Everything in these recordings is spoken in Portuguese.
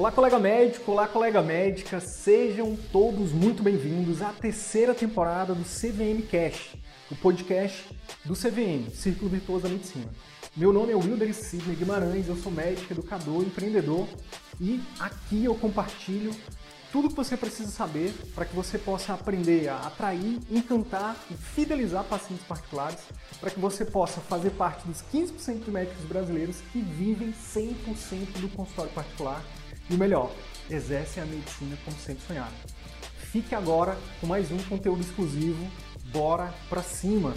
Olá, colega médico, olá, colega médica, sejam todos muito bem-vindos à terceira temporada do CVM Cast, o podcast do CVM, Círculo Virtuoso da Medicina. Meu nome é Wilder Sidney Guimarães, eu sou médico, educador, empreendedor e aqui eu compartilho tudo que você precisa saber para que você possa aprender a atrair, encantar e fidelizar pacientes particulares, para que você possa fazer parte dos 15% de médicos brasileiros que vivem 100% do consultório particular e o melhor, exercem a medicina como sempre sonharam. Fique agora com mais um conteúdo exclusivo, bora pra cima!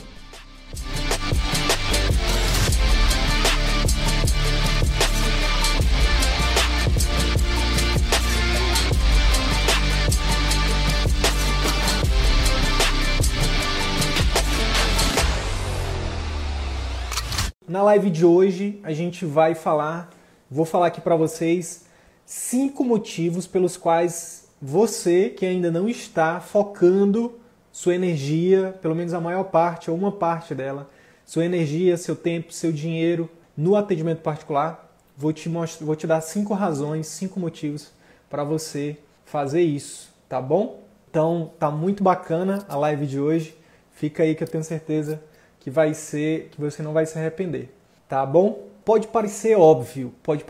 Na live de hoje a gente vou falar aqui para vocês 5 motivos pelos quais você que ainda não está focando sua energia, pelo menos a maior parte ou uma parte dela, sua energia, seu tempo, seu dinheiro no atendimento particular, vou te dar 5 razões, 5 motivos para você fazer isso, tá bom? Então tá muito bacana a live de hoje, fica aí que eu tenho certeza que você não vai se arrepender, tá bom? Pode parecer óbvio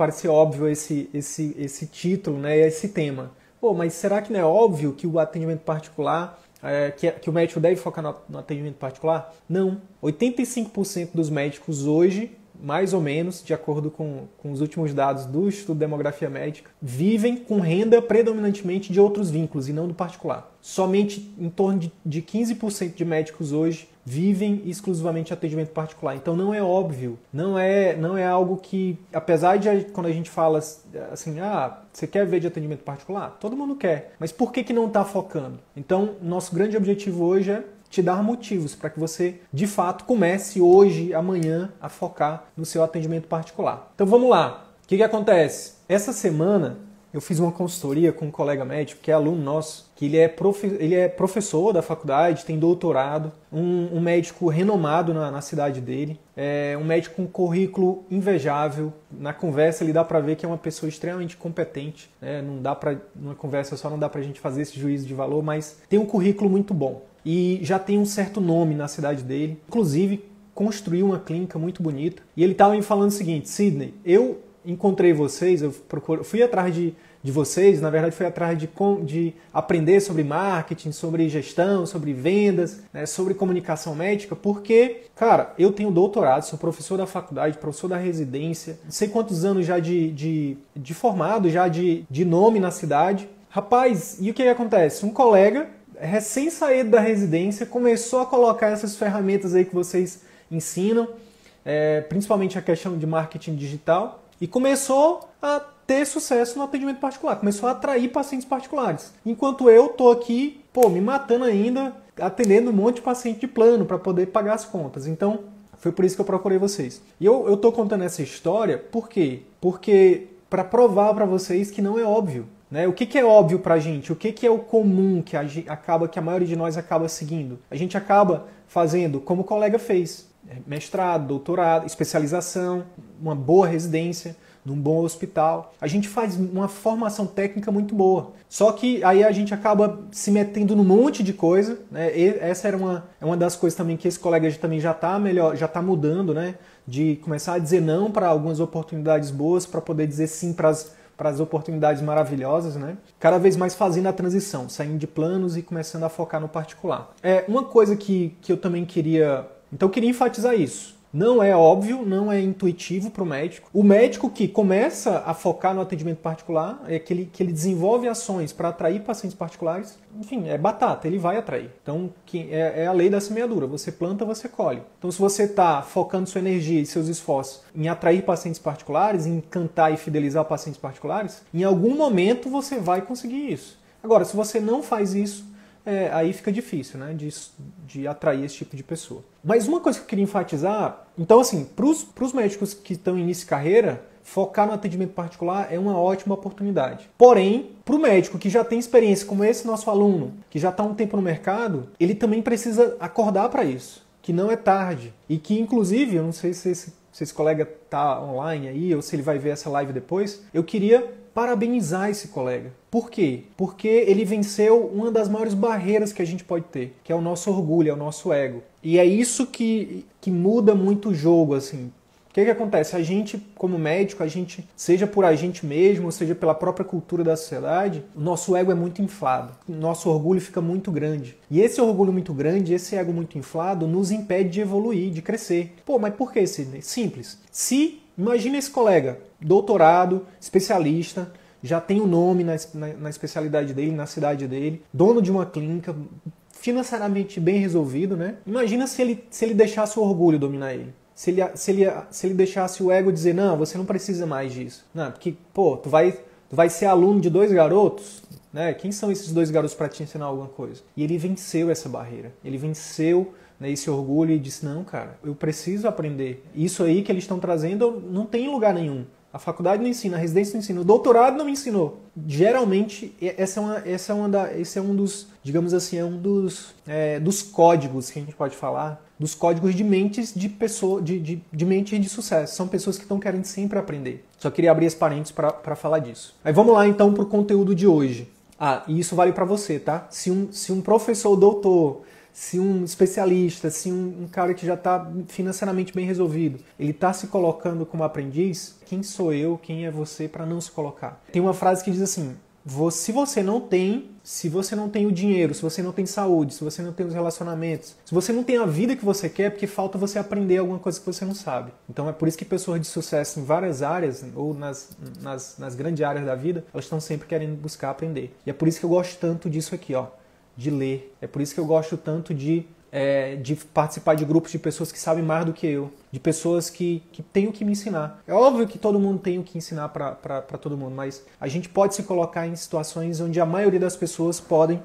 esse título, né, esse tema. Pô, mas será que não é óbvio que o atendimento particular, que o médico deve focar no atendimento particular? Não. 85% dos médicos hoje, mais ou menos, de acordo com os últimos dados do Instituto de Demografia Médica, vivem com renda predominantemente de outros vínculos e não do particular. Somente em torno de 15% de médicos hoje vivem exclusivamente atendimento particular. Então não é óbvio, não é algo que, apesar de quando a gente fala assim, você quer ver de atendimento particular? Todo mundo quer, mas por que não está focando? Então nosso grande objetivo hoje é te dar motivos para que você, de fato, comece hoje, amanhã, a focar no seu atendimento particular. Então vamos lá, o que acontece? Essa semana eu fiz uma consultoria com um colega médico, que é aluno nosso, que ele é professor da faculdade, tem doutorado, um médico renomado na cidade dele, um médico com currículo invejável. Na conversa ele dá para ver que é uma pessoa extremamente competente, né? Numa conversa só não dá para a gente fazer esse juízo de valor, mas tem um currículo muito bom e já tem um certo nome na cidade dele, inclusive construiu uma clínica muito bonita. E ele estava me falando o seguinte: Sidney, eu encontrei vocês, fui atrás de vocês, na verdade fui atrás de aprender sobre marketing, sobre gestão, sobre vendas, né, sobre comunicação médica, porque, cara, eu tenho doutorado, sou professor da faculdade, professor da residência, não sei quantos anos já de formado, já de nome na cidade. Rapaz, e o que acontece? Um colega, recém-saído da residência, começou a colocar essas ferramentas aí que vocês ensinam, principalmente a questão de marketing digital, e começou a ter sucesso no atendimento particular, começou a atrair pacientes particulares. Enquanto eu tô aqui, me matando ainda, atendendo um monte de paciente de plano para poder pagar as contas. Então, foi por isso que eu procurei vocês. E eu tô contando essa história, por quê? Porque para provar para vocês que não é óbvio, né? O que é óbvio pra gente? O que é o comum que a maioria de nós acaba seguindo? A gente acaba fazendo como o colega fez: mestrado, doutorado, especialização, uma boa residência, num bom hospital. A gente faz uma formação técnica muito boa. Só que aí a gente acaba se metendo num monte de coisa, né? E essa era uma das coisas também que esse colega também já está mudando, né? De começar a dizer não para algumas oportunidades boas para poder dizer sim para as oportunidades maravilhosas, né? Cada vez mais fazendo a transição, saindo de planos e começando a focar no particular. Uma coisa que eu também queria enfatizar isso. Não é óbvio, não é intuitivo para o médico. O médico que começa a focar no atendimento particular, que ele desenvolve ações para atrair pacientes particulares, enfim, é batata, ele vai atrair. Então, é a lei da semeadura, você planta, você colhe. Então, se você está focando sua energia e seus esforços em atrair pacientes particulares, em encantar e fidelizar pacientes particulares, em algum momento você vai conseguir isso. Agora, se você não faz isso, aí fica difícil, né, de atrair esse tipo de pessoa. Mas uma coisa que eu queria enfatizar, então assim, para os médicos que estão em início de carreira, focar no atendimento particular é uma ótima oportunidade. Porém, para o médico que já tem experiência, como esse nosso aluno, que já está há um tempo no mercado, ele também precisa acordar para isso, que não é tarde. E que, inclusive, eu não sei se esse colega está online aí, ou se ele vai ver essa live depois, eu queria parabenizar esse colega. Por quê? Porque ele venceu uma das maiores barreiras que a gente pode ter, que é o nosso orgulho, é o nosso ego. E é isso que muda muito o jogo, assim. O que acontece? A gente, como médico, seja por a gente mesmo, seja pela própria cultura da sociedade, o nosso ego é muito inflado. O nosso orgulho fica muito grande. E esse orgulho muito grande, esse ego muito inflado, nos impede de evoluir, de crescer. Pô, mas por que, Sidney? Simples. Imagina esse colega, doutorado, especialista, já tem o nome na especialidade dele, na cidade dele, dono de uma clínica, financeiramente bem resolvido, né? Imagina se ele deixasse o orgulho dominar ele. Se ele deixasse o ego dizer, não, você não precisa mais disso. Não, porque, pô, tu vai ser aluno de 2 garotos, né? Quem são esses 2 garotos para te ensinar alguma coisa? E ele venceu essa barreira. Ele venceu, né, esse orgulho e disse, não, cara, eu preciso aprender. Isso aí que eles estão trazendo não tem em lugar nenhum. A faculdade não ensina, a residência não ensina, o doutorado não me ensinou. Geralmente, esse é um dos, digamos assim, dos códigos que a gente pode falar, dos códigos de mentes de pessoa, de mentes de sucesso. São pessoas que estão querendo sempre aprender. Só queria abrir esse parênteses para falar disso. Aí vamos lá então para o conteúdo de hoje. E isso vale para você, tá? Se um professor doutor, se um especialista, se um cara que já está financeiramente bem resolvido, ele está se colocando como aprendiz, quem sou eu, quem é você para não se colocar? Tem uma frase que diz assim, se você não tem o dinheiro, se você não tem saúde, se você não tem os relacionamentos, se você não tem a vida que você quer, é porque falta você aprender alguma coisa que você não sabe. Então é por isso que pessoas de sucesso em várias áreas, ou nas grandes áreas da vida, elas estão sempre querendo buscar aprender. E é por isso que eu gosto tanto disso aqui, ó, de ler. É por isso que eu gosto tanto de participar de grupos de pessoas que sabem mais do que eu, de pessoas que têm o que me ensinar. É óbvio que todo mundo tem o que ensinar para todo mundo, mas a gente pode se colocar em situações onde a maioria das pessoas podem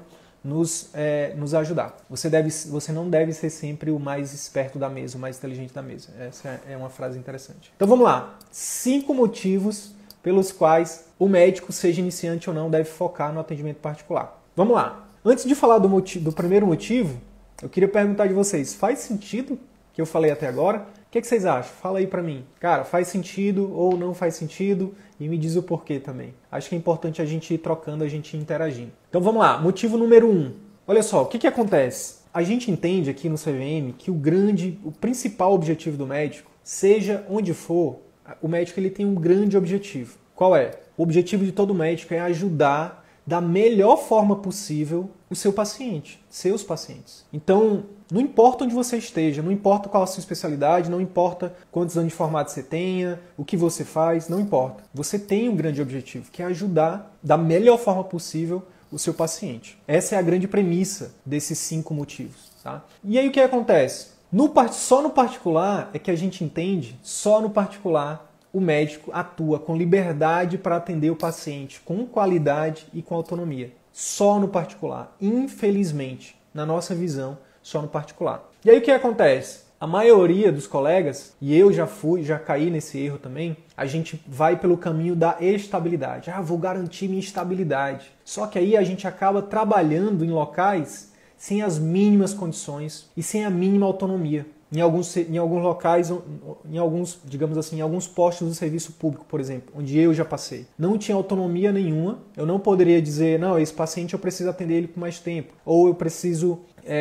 nos ajudar. Você não deve ser sempre o mais esperto da mesa, o mais inteligente da mesa. Essa é uma frase interessante. Então vamos lá. 5 motivos pelos quais o médico, seja iniciante ou não, deve focar no atendimento particular. Vamos lá. Antes de falar do primeiro motivo, eu queria perguntar de vocês, faz sentido o que eu falei até agora? O que vocês acham? Fala aí pra mim. Cara, faz sentido ou não faz sentido? E me diz o porquê também. Acho que é importante a gente ir trocando, a gente ir interagindo. Então vamos lá, motivo número 1. Olha só, o que acontece? A gente entende aqui no CVM que o principal objetivo do médico, seja onde for, o médico ele tem um grande objetivo. Qual é? O objetivo de todo médico é ajudar da melhor forma possível o seu paciente, seus pacientes. Então, não importa onde você esteja, não importa qual a sua especialidade, não importa quantos anos de formato você tenha, o que você faz, não importa. Você tem um grande objetivo, que é ajudar da melhor forma possível o seu paciente. Essa é a grande premissa desses 5 motivos. Tá? E aí o que acontece? Só no particular é que a gente entende, só no particular o médico atua com liberdade para atender o paciente, com qualidade e com autonomia. Só no particular. Infelizmente, na nossa visão, só no particular. E aí o que acontece? A maioria dos colegas, e eu já caí nesse erro também, a gente vai pelo caminho da estabilidade. Vou garantir minha estabilidade. Só que aí a gente acaba trabalhando em locais sem as mínimas condições e sem a mínima autonomia. Em alguns locais, digamos assim, em alguns postos do serviço público, por exemplo, onde eu já passei. Não tinha autonomia nenhuma, eu não poderia dizer, não, esse paciente eu preciso atender ele por mais tempo, ou eu preciso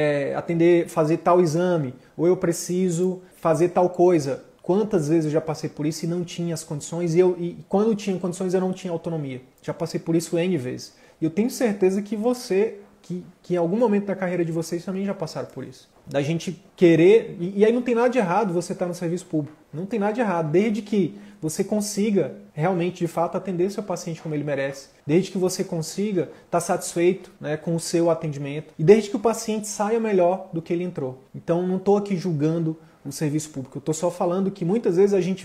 fazer tal exame, ou eu preciso fazer tal coisa. Quantas vezes eu já passei por isso e não tinha as condições, e quando tinha condições eu não tinha autonomia. Já passei por isso N vezes. E eu tenho certeza que que em algum momento da carreira de vocês também já passaram por isso. Da gente querer... E aí não tem nada de errado você estar no serviço público. Não tem nada de errado, desde que você consiga realmente, de fato, atender seu paciente como ele merece. Desde que você consiga estar satisfeito, né, com o seu atendimento. E desde que o paciente saia melhor do que ele entrou. Então, não estou aqui julgando o serviço público. Eu estou só falando que muitas vezes a gente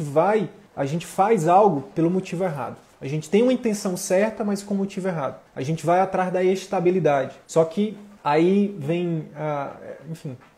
faz algo pelo motivo errado. A gente tem uma intenção certa, mas com o motivo errado. A gente vai atrás da estabilidade. Só que aí vem, enfim,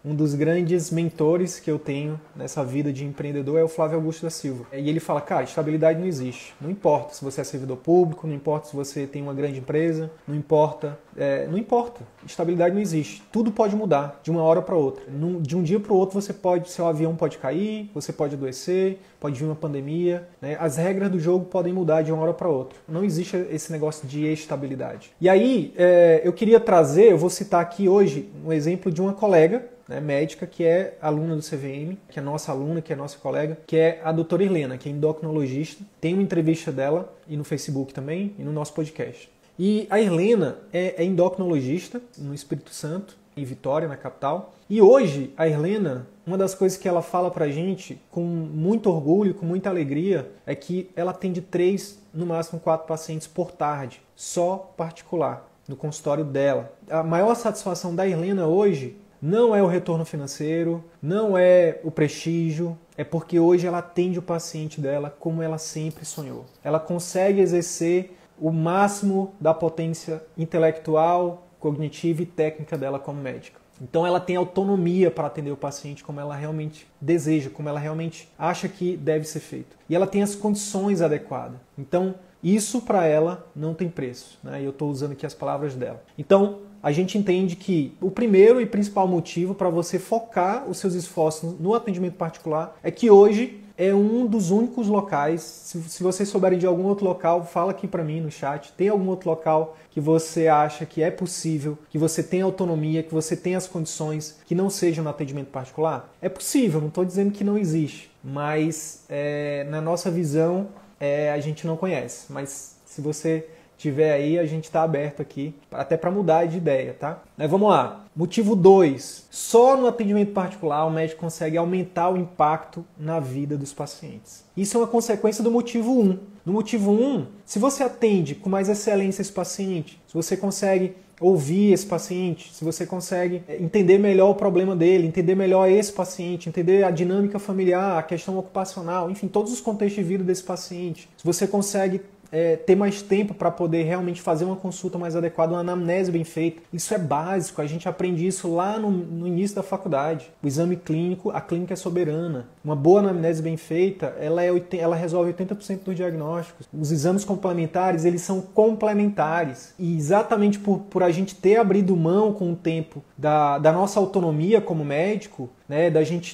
um dos grandes mentores que eu tenho nessa vida de empreendedor é o Flávio Augusto da Silva. E ele fala, cara, estabilidade não existe. Não importa se você é servidor público, não importa se você tem uma grande empresa, não importa. Não importa. Estabilidade não existe. Tudo pode mudar de uma hora para outra. De um dia para o outro seu avião pode cair, você pode adoecer, pode vir uma pandemia, né? As regras do jogo podem mudar de uma hora para outra. Não existe esse negócio de estabilidade. E aí, eu queria trazer, eu vou citar aqui hoje um exemplo de uma colega, né, médica, que é aluna do CVM, que é nossa aluna, que é nossa colega, que é a doutora Irlena, que é endocrinologista. Tem uma entrevista dela, e no Facebook também, e no nosso podcast. E a Irlena é endocrinologista no Espírito Santo, em Vitória, na capital. E hoje, a Irlena, uma das coisas que ela fala pra gente, com muito orgulho, com muita alegria, é que ela atende 3, no máximo 4 pacientes por tarde, só particular, no consultório dela. A maior satisfação da Irlena hoje não é o retorno financeiro, não é o prestígio, é porque hoje ela atende o paciente dela como ela sempre sonhou. Ela consegue exercer o máximo da potência intelectual, cognitiva e técnica dela como médica. Então ela tem autonomia para atender o paciente como ela realmente deseja, como ela realmente acha que deve ser feito. E ela tem as condições adequadas. Então isso para ela não tem preço, né? E eu estou usando aqui as palavras dela. Então a gente entende que o primeiro e principal motivo para você focar os seus esforços no atendimento particular é que hoje é um dos únicos locais, se vocês souberem de algum outro local, fala aqui para mim no chat, tem algum outro local que você acha que é possível, que você tem autonomia, que você tem as condições, que não seja no atendimento particular? É possível, não estou dizendo que não existe, mas na nossa visão a gente não conhece. Mas se você tiver aí, a gente está aberto aqui, até para mudar de ideia, tá? Mas vamos lá. Motivo 2. Só no atendimento particular o médico consegue aumentar o impacto na vida dos pacientes. Isso é uma consequência do motivo 1. No motivo 1, se você atende com mais excelência esse paciente, se você consegue ouvir esse paciente, se você consegue entender melhor o problema dele, entender melhor esse paciente, entender a dinâmica familiar, a questão ocupacional, enfim, todos os contextos de vida desse paciente, se você consegue ter mais tempo para poder realmente fazer uma consulta mais adequada, uma anamnese bem feita. Isso é básico, a gente aprende isso lá no início da faculdade. O exame clínico, a clínica é soberana. Uma boa anamnese bem feita, ela resolve 80% dos diagnósticos. Os exames complementares, eles são complementares. E exatamente por a gente ter abrido mão com o tempo da nossa autonomia como médico, né,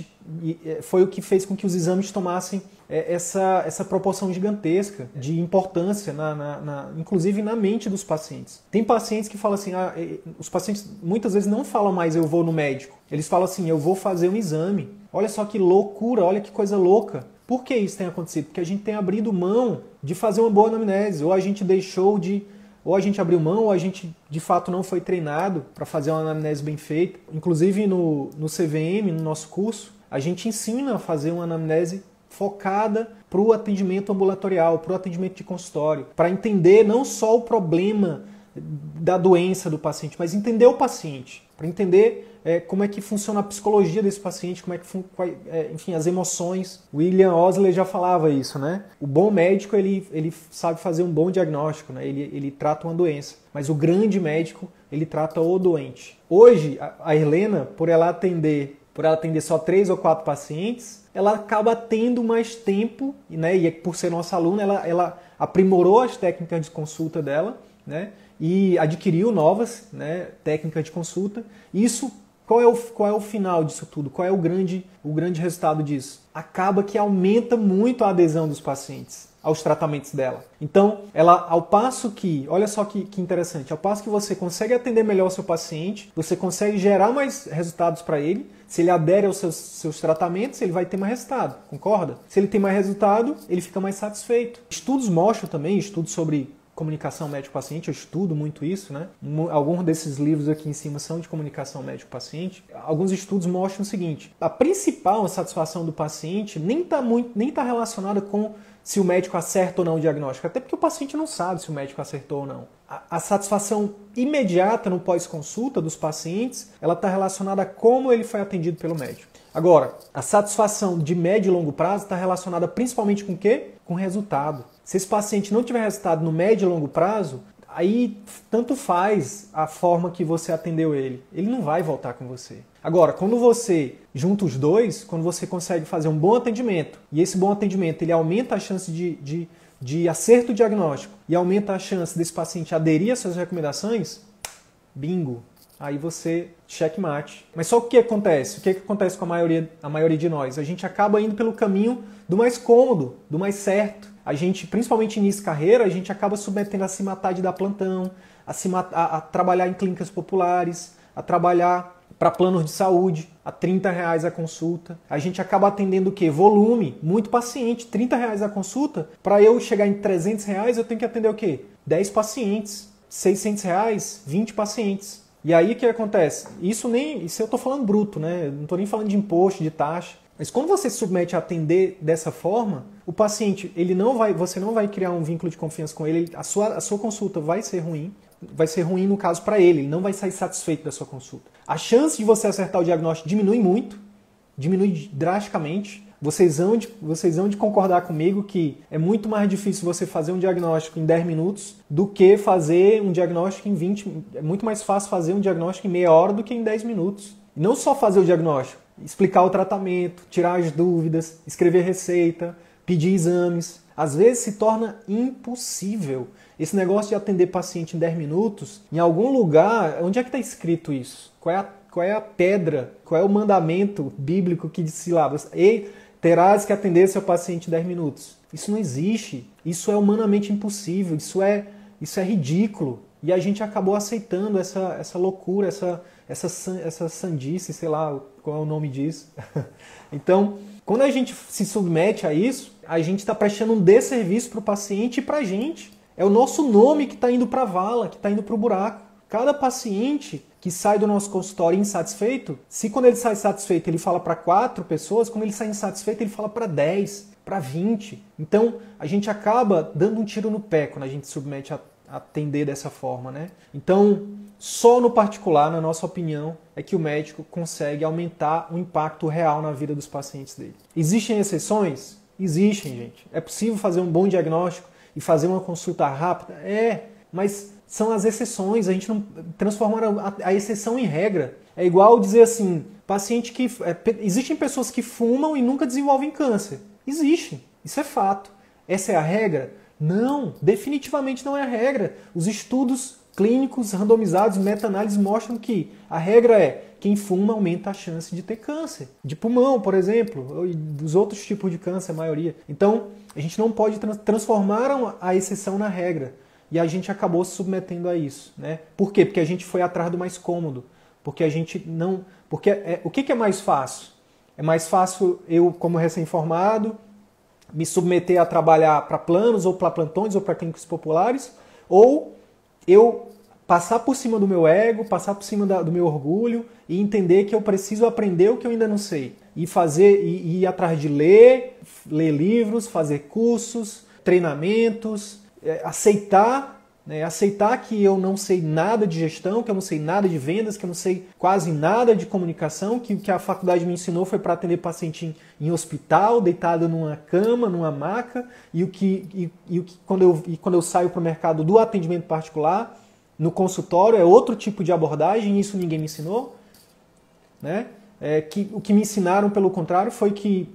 foi o que fez com que os exames tomassem essa proporção gigantesca de importância, inclusive na mente dos pacientes. Tem pacientes que falam assim, os pacientes muitas vezes não falam mais eu vou no médico, eles falam assim, eu vou fazer um exame. Olha só que loucura, olha que coisa louca. Por que isso tem acontecido? Porque a gente tem abrido mão de fazer uma boa anamnese, ou a gente abriu mão, ou a gente de fato não foi treinado para fazer uma anamnese bem feita. Inclusive no CVM, no nosso curso, a gente ensina a fazer uma anamnese focada para o atendimento ambulatorial, para o atendimento de consultório, para entender não só o problema da doença do paciente, mas entender o paciente, para entender como é que funciona a psicologia desse paciente, enfim, as emoções. William Osler já falava isso, né? O bom médico, ele sabe fazer um bom diagnóstico, né? Ele trata uma doença, mas o grande médico, ele trata o doente. Hoje, a Irlena, por ela atender só 3 ou 4 pacientes, ela acaba tendo mais tempo, né? E por ser nossa aluna, ela aprimorou as técnicas de consulta dela, né? E adquiriu novas, né, técnicas de consulta. Isso, qual é o final disso tudo? Qual é o grande resultado disso? Acaba que aumenta muito a adesão dos pacientes aos tratamentos dela. Então, ao passo que, olha só que interessante, ao passo que você consegue atender melhor o seu paciente, você consegue gerar mais resultados para ele. Se ele adere aos seus tratamentos, ele vai ter mais resultado, concorda? Se ele tem mais resultado, ele fica mais satisfeito. Estudos mostram também, estudos sobre comunicação médico-paciente, eu estudo muito isso, né? Alguns desses livros aqui em cima são de comunicação médico-paciente. Alguns estudos mostram o seguinte: a principal satisfação do paciente nem está relacionada com se o médico acerta ou não o diagnóstico, até porque o paciente não sabe se o médico acertou ou não. A satisfação imediata no pós-consulta dos pacientes, ela está relacionada a como ele foi atendido pelo médico. Agora, a satisfação de médio e longo prazo está relacionada principalmente com o quê? Com resultado. Se esse paciente não tiver resultado no médio e longo prazo, aí tanto faz a forma que você atendeu ele. Ele não vai voltar com você. Agora, quando você junta os dois, quando você consegue fazer um bom atendimento, e esse bom atendimento ele aumenta a chance de acerto diagnóstico e aumenta a chance desse paciente aderir às suas recomendações, bingo! Aí você checkmate. Mas só o que acontece? O que acontece com a maioria de nós? A gente acaba indo pelo caminho do mais cômodo, do mais certo. A gente, principalmente início de carreira, a gente acaba submetendo a se matar de dar plantão, a trabalhar em clínicas populares, a trabalhar para planos de saúde, a R$30 a consulta. A gente acaba atendendo o quê? Volume, muito paciente, R$30 a consulta. Para eu chegar em R$300, eu tenho que atender o quê? 10 pacientes. R$600, 20 pacientes. E aí o que acontece? Isso eu estou falando bruto, né? Não estou nem falando de imposto, de taxa. Mas quando você se submete a atender dessa forma, o paciente, você não vai criar um vínculo de confiança com ele, a sua consulta vai ser ruim no caso para ele não vai sair satisfeito da sua consulta. A chance de você acertar o diagnóstico diminui muito, diminui drasticamente. Vocês vão de concordar comigo que é muito mais difícil você fazer um diagnóstico em 10 minutos do que fazer um diagnóstico em 20. É muito mais fácil fazer um diagnóstico em meia hora do que em 10 minutos. E não só fazer o diagnóstico, explicar o tratamento, tirar as dúvidas, escrever receita, pedir exames. Às vezes se torna impossível. Esse negócio de atender paciente em 10 minutos, em algum lugar, onde é que está escrito isso? Qual é a pedra, qual é o mandamento bíblico que diz lá? Terás que atender seu paciente em 10 minutos. Isso não existe. Isso é humanamente impossível. Isso é ridículo. E a gente acabou aceitando essa loucura, essa sandice, sei lá qual é o nome disso. Então, quando a gente se submete a isso, a gente está prestando um desserviço para o paciente e para a gente. É o nosso nome que está indo para a vala, que está indo para o buraco. Cada paciente que sai do nosso consultório insatisfeito, se quando ele sai satisfeito ele fala para 4 pessoas, quando ele sai insatisfeito ele fala para 10, para 20. Então a gente acaba dando um tiro no pé quando a gente se submete a atender dessa forma, né? Então só no particular, na nossa opinião, é que o médico consegue aumentar o impacto real na vida dos pacientes dele. Existem exceções? Existem, gente. É possível fazer um bom diagnóstico e fazer uma consulta rápida? Mas são as exceções, a gente não transformar a exceção em regra. É igual dizer assim, existem pessoas que fumam e nunca desenvolvem câncer. Existe, isso é fato. Essa é a regra? Não, definitivamente não é a regra. Os estudos clínicos randomizados, meta-análises mostram que a regra é quem fuma aumenta a chance de ter câncer. De pulmão, por exemplo, e dos outros tipos de câncer, a maioria. Então, a gente não pode transformar a exceção na regra. E a gente acabou se submetendo a isso, né? Por quê? Porque a gente foi atrás do mais cômodo. Porque a gente não... o que é mais fácil? É mais fácil eu, como recém-formado, me submeter a trabalhar para planos, ou para plantões, ou para clínicas populares, ou eu passar por cima do meu ego, passar por cima do meu orgulho e entender que eu preciso aprender o que eu ainda não sei. E ir atrás de ler livros, fazer cursos, treinamentos, aceitar que eu não sei nada de gestão, que eu não sei nada de vendas, que eu não sei quase nada de comunicação, que o que a faculdade me ensinou foi para atender paciente em hospital, deitado numa cama, numa maca, quando eu saio para o mercado do atendimento particular, no consultório, é outro tipo de abordagem, isso ninguém me ensinou. Né? O que me ensinaram, pelo contrário, foi que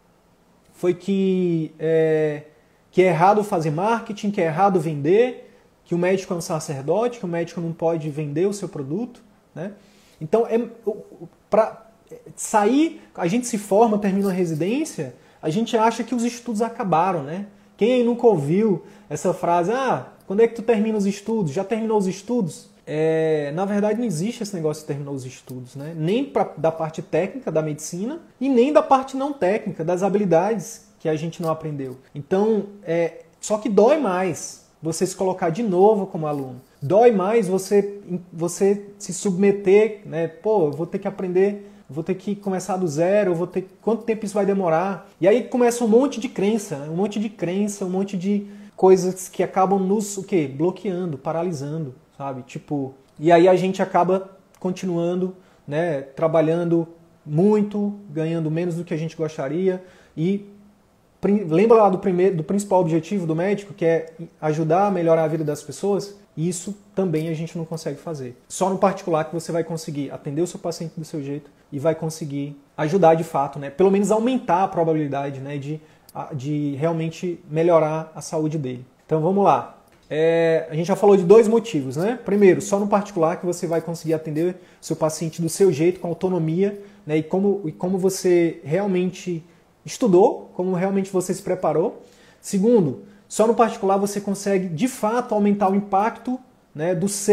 é errado fazer marketing, que é errado vender, que o médico é um sacerdote, que o médico não pode vender o seu produto. Né? Então, para sair, a gente se forma, termina a residência, a gente acha que os estudos acabaram. Né? Quem aí nunca ouviu essa frase, quando é que tu termina os estudos? Já terminou os estudos? Na verdade, não existe esse negócio de terminar os estudos, né? Nem da parte técnica da medicina e nem da parte não técnica, das habilidades que a gente não aprendeu. Então, só que dói mais você se colocar de novo como aluno. Dói mais você se submeter, né? Pô, eu vou ter que aprender, vou ter que começar do zero, quanto tempo isso vai demorar? E aí começa um monte de crença, um monte de coisas que acabam nos bloqueando, paralisando, sabe? E aí a gente acaba continuando, né, trabalhando muito, ganhando menos do que a gente gostaria e lembra lá do principal objetivo do médico, que é ajudar a melhorar a vida das pessoas? Isso também a gente não consegue fazer. Só no particular que você vai conseguir atender o seu paciente do seu jeito e vai conseguir ajudar de fato, né? Pelo menos aumentar a probabilidade, né, de realmente melhorar a saúde dele. Então vamos lá. A gente já falou de 2 motivos, né? Primeiro, só no particular que você vai conseguir atender o seu paciente do seu jeito, com autonomia, né? E como você realmente estudou, como realmente você se preparou. Segundo, só no particular você consegue de fato aumentar o impacto, né,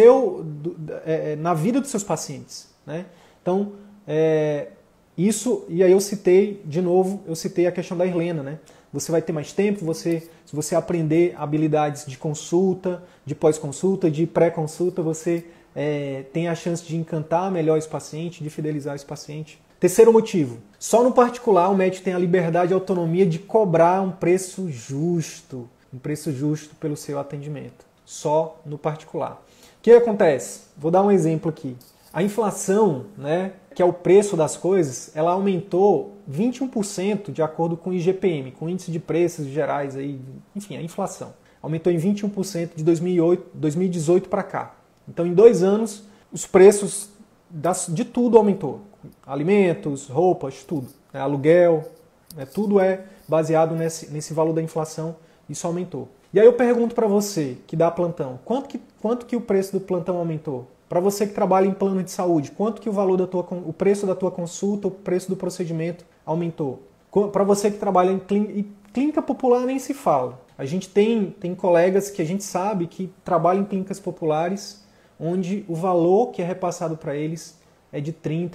na vida dos seus pacientes, né? Então, isso, e aí eu citei a questão da Irlena, né? Você vai ter mais tempo, se você aprender habilidades de consulta, de pós-consulta, de pré-consulta, você tem a chance de encantar melhor esse paciente, de fidelizar esse paciente. Terceiro motivo, só no particular o médico tem a liberdade e a autonomia de cobrar um preço justo pelo seu atendimento. Só no particular. O que acontece? Vou dar um exemplo aqui. A inflação, né, que é o preço das coisas, ela aumentou 21% de acordo com o IGPM, com o Índice de Preços Gerais, aí, enfim, a inflação. Aumentou em 21% de 2018 para cá. Então, em 2 anos, os preços de tudo aumentou. Alimentos, roupas, tudo. Aluguel, tudo é baseado nesse valor da inflação, isso aumentou. E aí eu pergunto para você, que dá plantão, quanto que o preço do plantão aumentou? Para você que trabalha em plano de saúde, quanto que o preço da tua consulta, o preço do procedimento aumentou? Para você que trabalha em clínica popular, nem se fala. A gente tem colegas que a gente sabe que trabalham em clínicas populares, onde o valor que é repassado para eles é de R$30.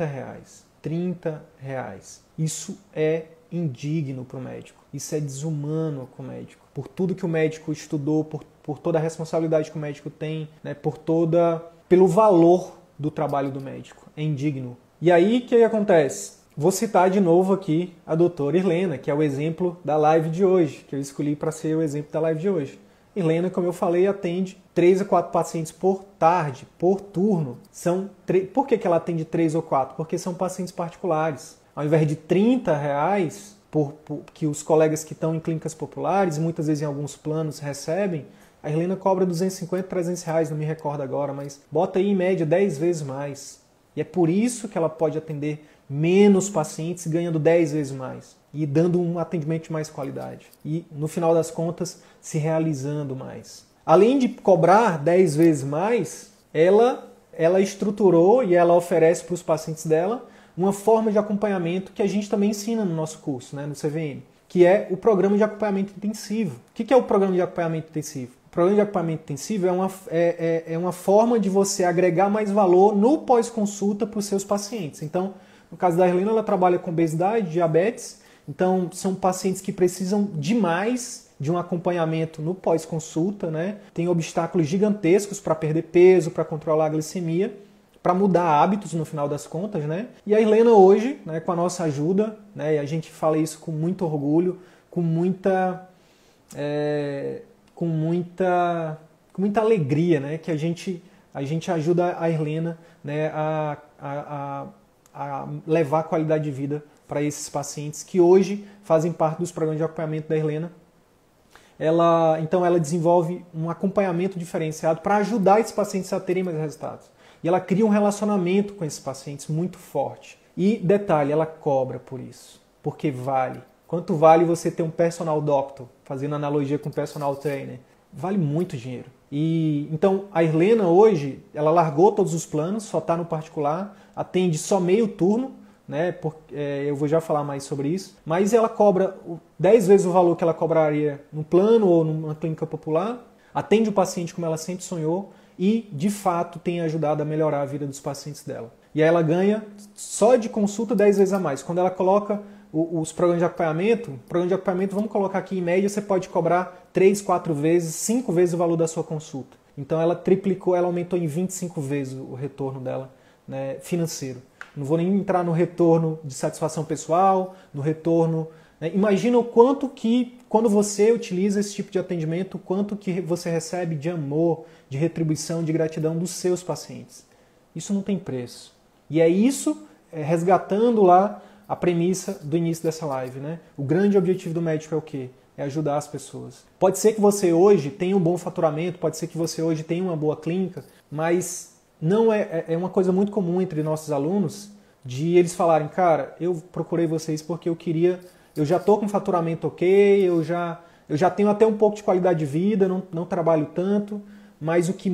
R$30. Isso é indigno para o médico. Isso é desumano com o médico. Por tudo que o médico estudou, por toda a responsabilidade que o médico tem, né, pelo valor do trabalho do médico. É indigno. E aí, o que acontece? Vou citar de novo aqui a doutora Irlena, que é o exemplo da live de hoje, que eu escolhi para ser o exemplo da live de hoje. Irlena, como eu falei, atende 3 a 4 pacientes por tarde, por turno. Por que ela atende 3 ou 4? Porque são pacientes particulares. Ao invés de R$30, que os colegas que estão em clínicas populares, muitas vezes em alguns planos, recebem, a Irlena cobra R$250, R$300, não me recordo agora, mas bota aí em média 10 vezes mais. E é por isso que ela pode atender menos pacientes, ganhando 10 vezes mais. E dando um atendimento de mais qualidade. E, no final das contas, se realizando mais. Além de cobrar 10 vezes mais, ela estruturou e ela oferece para os pacientes dela uma forma de acompanhamento que a gente também ensina no nosso curso, né, no CVM, que é o programa de acompanhamento intensivo. O que é o programa de acompanhamento intensivo? O programa de acompanhamento intensivo é uma forma de você agregar mais valor no pós-consulta para os seus pacientes. Então, no caso da Irlena, ela trabalha com obesidade, diabetes, então são pacientes que precisam demais de um acompanhamento no pós-consulta, né? Tem obstáculos gigantescos para perder peso, para controlar a glicemia, para mudar hábitos no final das contas, né? E a Irlena hoje, né, com a nossa ajuda, né, e a gente fala isso com muito orgulho, com muita alegria, né, que a gente ajuda a Irlena, né, a levar qualidade de vida para esses pacientes que hoje fazem parte dos programas de acompanhamento da Irlena. Então ela desenvolve um acompanhamento diferenciado para ajudar esses pacientes a terem mais resultados. E ela cria um relacionamento com esses pacientes muito forte. E, detalhe, ela cobra por isso. Porque vale. Quanto vale você ter um personal doctor, fazendo analogia com personal trainer? Vale muito dinheiro. E então a Irlena hoje, ela largou todos os planos, só está no particular, atende só meio turno, né? Eu vou já falar mais sobre isso. Mas ela cobra 10 vezes o valor que ela cobraria no plano ou numa clínica popular, atende o paciente como ela sempre sonhou, e, de fato, tem ajudado a melhorar a vida dos pacientes dela. E aí ela ganha, só de consulta, 10 vezes a mais. Quando ela coloca os programas de acompanhamento, vamos colocar aqui, em média, você pode cobrar 3, 4 vezes, 5 vezes o valor da sua consulta. Então ela triplicou, ela aumentou em 25 vezes o retorno dela, né, financeiro. Não vou nem entrar no retorno de satisfação pessoal, no retorno... Imagina o quanto que, quando você utiliza esse tipo de atendimento, o quanto que você recebe de amor, de retribuição, de gratidão dos seus pacientes. Isso não tem preço. E é isso, resgatando lá a premissa do início dessa live, né? O grande objetivo do médico é o quê? É ajudar as pessoas. Pode ser que você hoje tenha um bom faturamento, pode ser que você hoje tenha uma boa clínica, mas não é uma coisa muito comum entre nossos alunos de eles falarem, cara, eu procurei vocês porque eu já estou com faturamento ok, eu já tenho até um pouco de qualidade de vida, não trabalho tanto, mas o que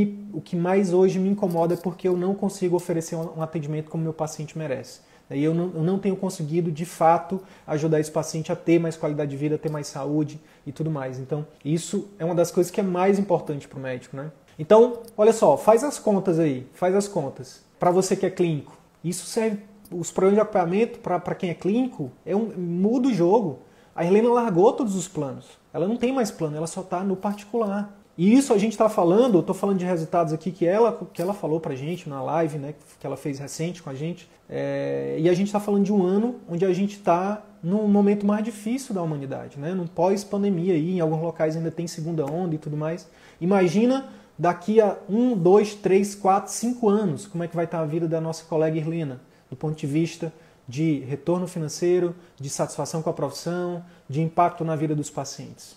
mais hoje me incomoda é porque eu não consigo oferecer um atendimento como meu paciente merece. E eu não tenho conseguido, de fato, ajudar esse paciente a ter mais qualidade de vida, a ter mais saúde e tudo mais. Então, isso é uma das coisas que é mais importante para o médico, né? Então, olha só, faz as contas aí, faz as contas. Para você que é clínico, isso serve, os programas de acompanhamento para quem é clínico, muda o jogo. A Helena largou todos os planos. Ela não tem mais plano, ela só está no particular. E isso a gente está falando, eu estou falando de resultados aqui que ela falou pra gente na live, né, que ela fez recente com a gente. E a gente está falando de um ano onde a gente está num momento mais difícil da humanidade, né? Num pós-pandemia aí, em alguns locais ainda tem segunda onda e tudo mais. Imagina daqui a 1, 2, 3, 4, 5 anos, como é que vai estar a vida da nossa colega Irlena, do ponto de vista de retorno financeiro, de satisfação com a profissão, de impacto na vida dos pacientes.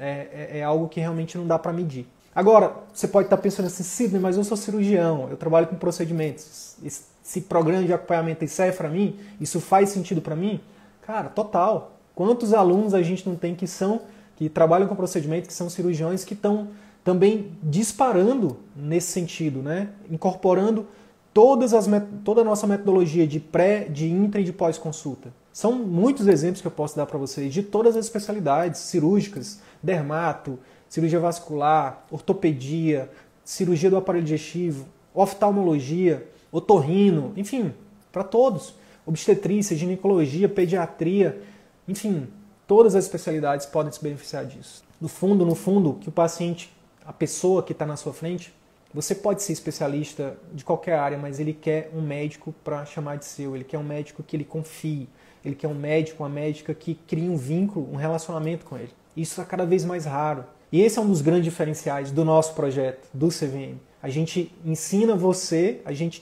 É algo que realmente não dá para medir. Agora, você pode estar pensando assim, Sidney, mas eu sou cirurgião, eu trabalho com procedimentos. Esse programa de acompanhamento serve para mim? Isso faz sentido para mim? Cara, total. Quantos alunos a gente não tem que trabalham com procedimentos, que são cirurgiões, que estão também disparando nesse sentido, né? Incorporando toda a nossa metodologia de pré, de intra e de pós-consulta. São muitos exemplos que eu posso dar para vocês de todas as especialidades cirúrgicas, dermato, cirurgia vascular, ortopedia, cirurgia do aparelho digestivo, oftalmologia, otorrino, enfim, para todos. Obstetrícia, ginecologia, pediatria, enfim, todas as especialidades podem se beneficiar disso. No fundo, que o paciente, a pessoa que está na sua frente, você pode ser especialista de qualquer área, mas ele quer um médico para chamar de seu, ele quer um médico que ele confie, ele quer um médico, uma médica que crie um vínculo, um relacionamento com ele. Isso é cada vez mais raro. E esse é um dos grandes diferenciais do nosso projeto, do CVM. A gente ensina você, a gente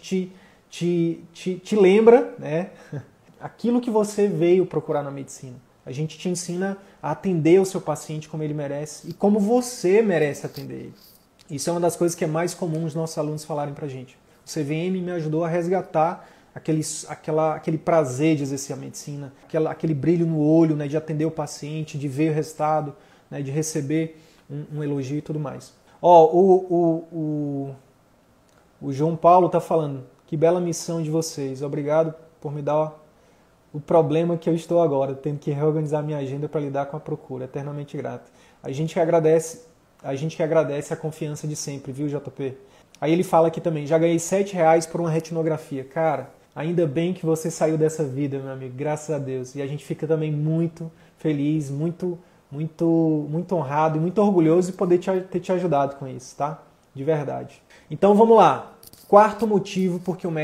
te lembra, né, aquilo que você veio procurar na medicina. A gente te ensina a atender o seu paciente como ele merece e como você merece atender ele. Isso é uma das coisas que é mais comum os nossos alunos falarem pra gente. O CVM me ajudou a resgatar aquele prazer de exercer a medicina, aquele brilho no olho, né, de atender o paciente, de ver o resultado, né, de receber um elogio e tudo mais. O João Paulo está falando, que bela missão de vocês, obrigado por me dar o problema que eu estou agora, tendo que reorganizar minha agenda para lidar com a procura, eternamente grato. A gente que agradece a confiança de sempre, viu, JP? Aí ele fala aqui também, já ganhei R$7 por uma retinografia. Cara, ainda bem que você saiu dessa vida, meu amigo, graças a Deus. E a gente fica também muito feliz, muito honrado e muito orgulhoso de poder ter te ajudado com isso, tá? De verdade. Então vamos lá. Quarto motivo porque o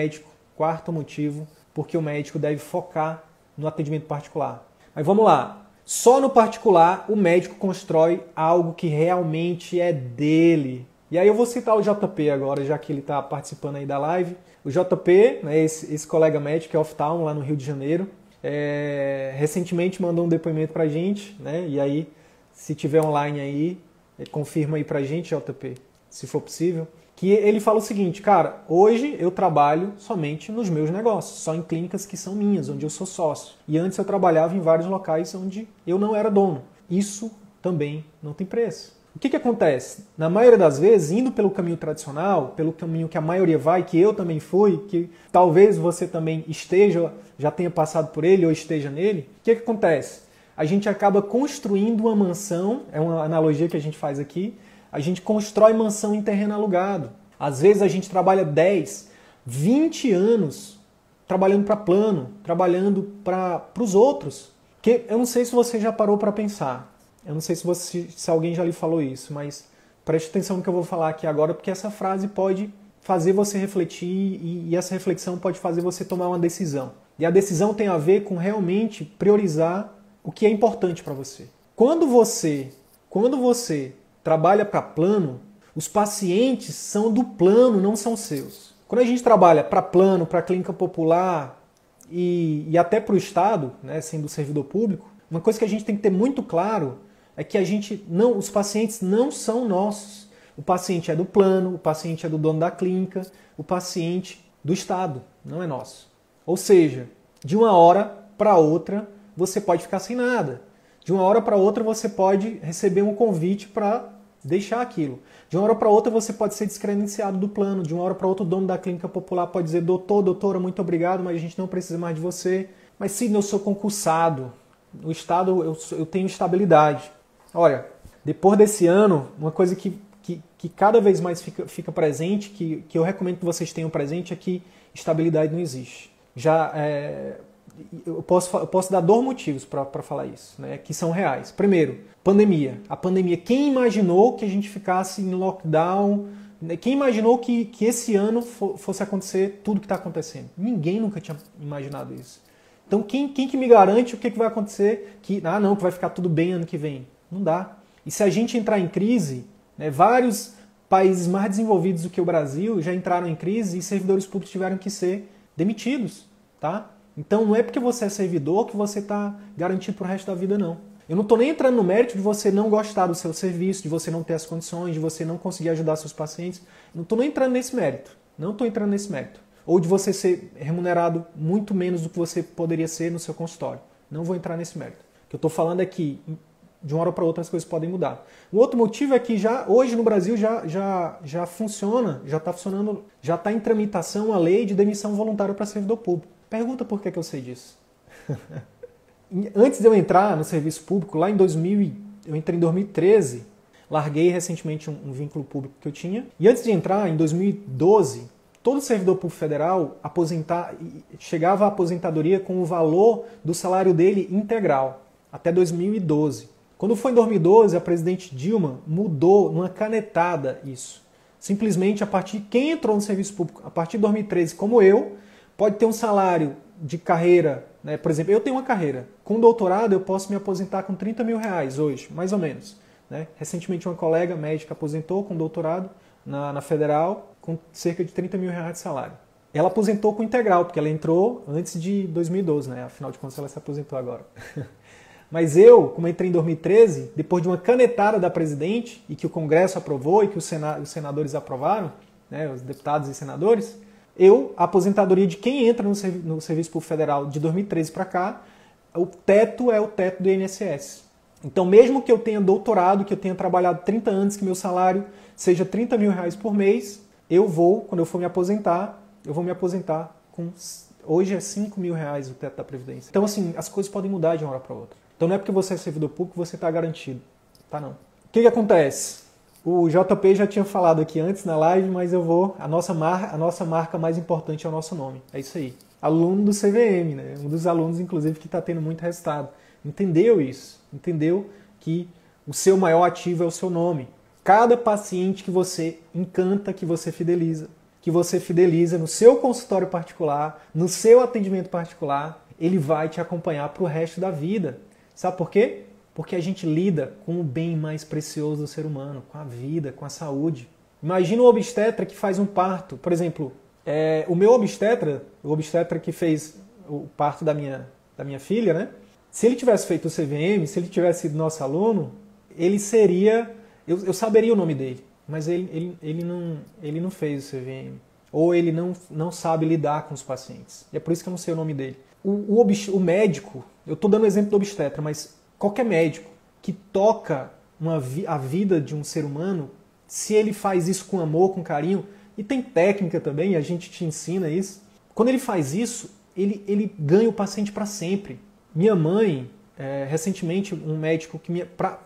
médico deve focar no atendimento particular. Mas vamos lá. Só no particular o médico constrói algo que realmente é dele. E aí eu vou citar o JP agora, já que ele está participando aí da live. O JP, né, esse colega médico é oftalmo lá no Rio de Janeiro, recentemente mandou um depoimento pra gente, né? E aí, se tiver online aí, confirma aí pra gente, JP, se for possível. Que ele fala o seguinte, cara, hoje eu trabalho somente nos meus negócios, só em clínicas que são minhas, onde eu sou sócio. E antes eu trabalhava em vários locais onde eu não era dono. Isso também não tem preço. O que acontece? Na maioria das vezes, indo pelo caminho tradicional, pelo caminho que a maioria vai, que eu também fui, que talvez você também já tenha passado por ele ou esteja nele, o que acontece? A gente acaba construindo uma mansão, é uma analogia que a gente faz aqui, a gente constrói mansão em terreno alugado. Às vezes a gente trabalha 10, 20 anos trabalhando para plano, trabalhando para os outros. Que eu não sei se você já parou para pensar. Eu não sei se alguém já lhe falou isso, mas preste atenção no que eu vou falar aqui agora, porque essa frase pode fazer você refletir e essa reflexão pode fazer você tomar uma decisão. E a decisão tem a ver com realmente priorizar o que é importante para você. Quando você trabalha para plano, os pacientes são do plano, não são seus. Quando a gente trabalha para plano, para clínica popular, e até para o Estado, né, sendo servidor público, uma coisa que a gente tem que ter muito claro é que os pacientes não são nossos. O paciente é do plano, o paciente é do dono da clínica, o paciente do Estado, não é nosso. Ou seja, de uma hora para outra você pode ficar sem nada. De uma hora para outra você pode receber um convite para deixar aquilo. De uma hora para outra você pode ser descredenciado do plano. De uma hora para outra o dono da clínica popular pode dizer: doutor, doutora, muito obrigado, mas a gente não precisa mais de você. Mas sim, eu sou concursado. No Estado eu tenho estabilidade. Olha, depois desse ano, uma coisa que cada vez mais fica presente, que eu recomendo que vocês tenham presente, é que estabilidade não existe. Eu posso dar 2 motivos para falar isso, né, que são reais. Primeiro, pandemia. A pandemia, quem imaginou que a gente ficasse em lockdown? Quem imaginou que esse ano fosse acontecer tudo que está acontecendo? Ninguém nunca tinha imaginado isso. Então, quem que me garante o que vai acontecer? Que vai ficar tudo bem ano que vem. Não dá. E se a gente entrar em crise, né, vários países mais desenvolvidos do que o Brasil já entraram em crise e servidores públicos tiveram que ser demitidos, tá? Então não é porque você é servidor que você está garantido para o resto da vida, não. Eu não estou nem entrando no mérito de você não gostar do seu serviço, de você não ter as condições, de você não conseguir ajudar seus pacientes. Não estou nem entrando nesse mérito. Não estou entrando nesse mérito. Ou de você ser remunerado muito menos do que você poderia ser no seu consultório. Não vou entrar nesse mérito. O que eu estou falando é que de uma hora para outra as coisas podem mudar. O outro motivo é que hoje no Brasil já funciona, já está funcionando, já está em tramitação a lei de demissão voluntária para servidor público. Pergunta por que eu sei disso. Antes de eu entrar no serviço público, lá em 2000, eu entrei em 2013, larguei recentemente um vínculo público que eu tinha, e antes de entrar, em 2012, todo servidor público federal chegava à aposentadoria com o valor do salário dele integral, até 2012. Quando foi em 2012, a presidente Dilma mudou numa canetada isso. Simplesmente, quem entrou no serviço público a partir de 2013, como eu, pode ter um salário de carreira, né? Por exemplo, eu tenho uma carreira. Com doutorado, eu posso me aposentar com 30 mil reais hoje, mais ou menos. Né? Recentemente, uma colega médica aposentou com doutorado na Federal com cerca de 30 mil reais de salário. Ela aposentou com integral, porque ela entrou antes de 2012, né? Afinal de contas, ela se aposentou agora. Mas eu, como entrei em 2013, depois de uma canetada da presidente, e que o Congresso aprovou, e que os senadores aprovaram, né, os deputados e senadores, a aposentadoria de quem entra no Serviço Público Federal de 2013 para cá, o teto é o teto do INSS. Então, mesmo que eu tenha doutorado, que eu tenha trabalhado 30 anos, que meu salário seja 30 mil reais por mês, quando eu for me aposentar, eu vou me aposentar com... Hoje é 5 mil reais o teto da Previdência. Então, assim, as coisas podem mudar de uma hora para outra. Então, não é porque você é servidor público que você está garantido. Tá, não. O que acontece? O JP já tinha falado aqui antes na live, mas a nossa marca mais importante é o nosso nome. É isso aí. Aluno do CVM, né? Um dos alunos, inclusive, que está tendo muito resultado. Entendeu isso? Entendeu que o seu maior ativo é o seu nome. Cada paciente que você encanta, que você fideliza no seu consultório particular, no seu atendimento particular, ele vai te acompanhar para o resto da vida. Sabe por quê? Porque a gente lida com o bem mais precioso do ser humano, com a vida, com a saúde. Imagina um obstetra que faz um parto. Por exemplo, o meu obstetra, o obstetra que fez o parto da minha filha, né? Se ele tivesse feito o CVM, se ele tivesse sido nosso aluno, ele seria... Eu saberia o nome dele, mas ele não fez o CVM. Ou ele não sabe lidar com os pacientes. E é por isso que eu não sei o nome dele. O médico, eu estou dando o exemplo do obstetra, mas qualquer médico que toca a vida de um ser humano, se ele faz isso com amor, com carinho, e tem técnica também, a gente te ensina isso, quando ele faz isso, ele ganha o paciente para sempre. Minha mãe, recentemente, um médico que para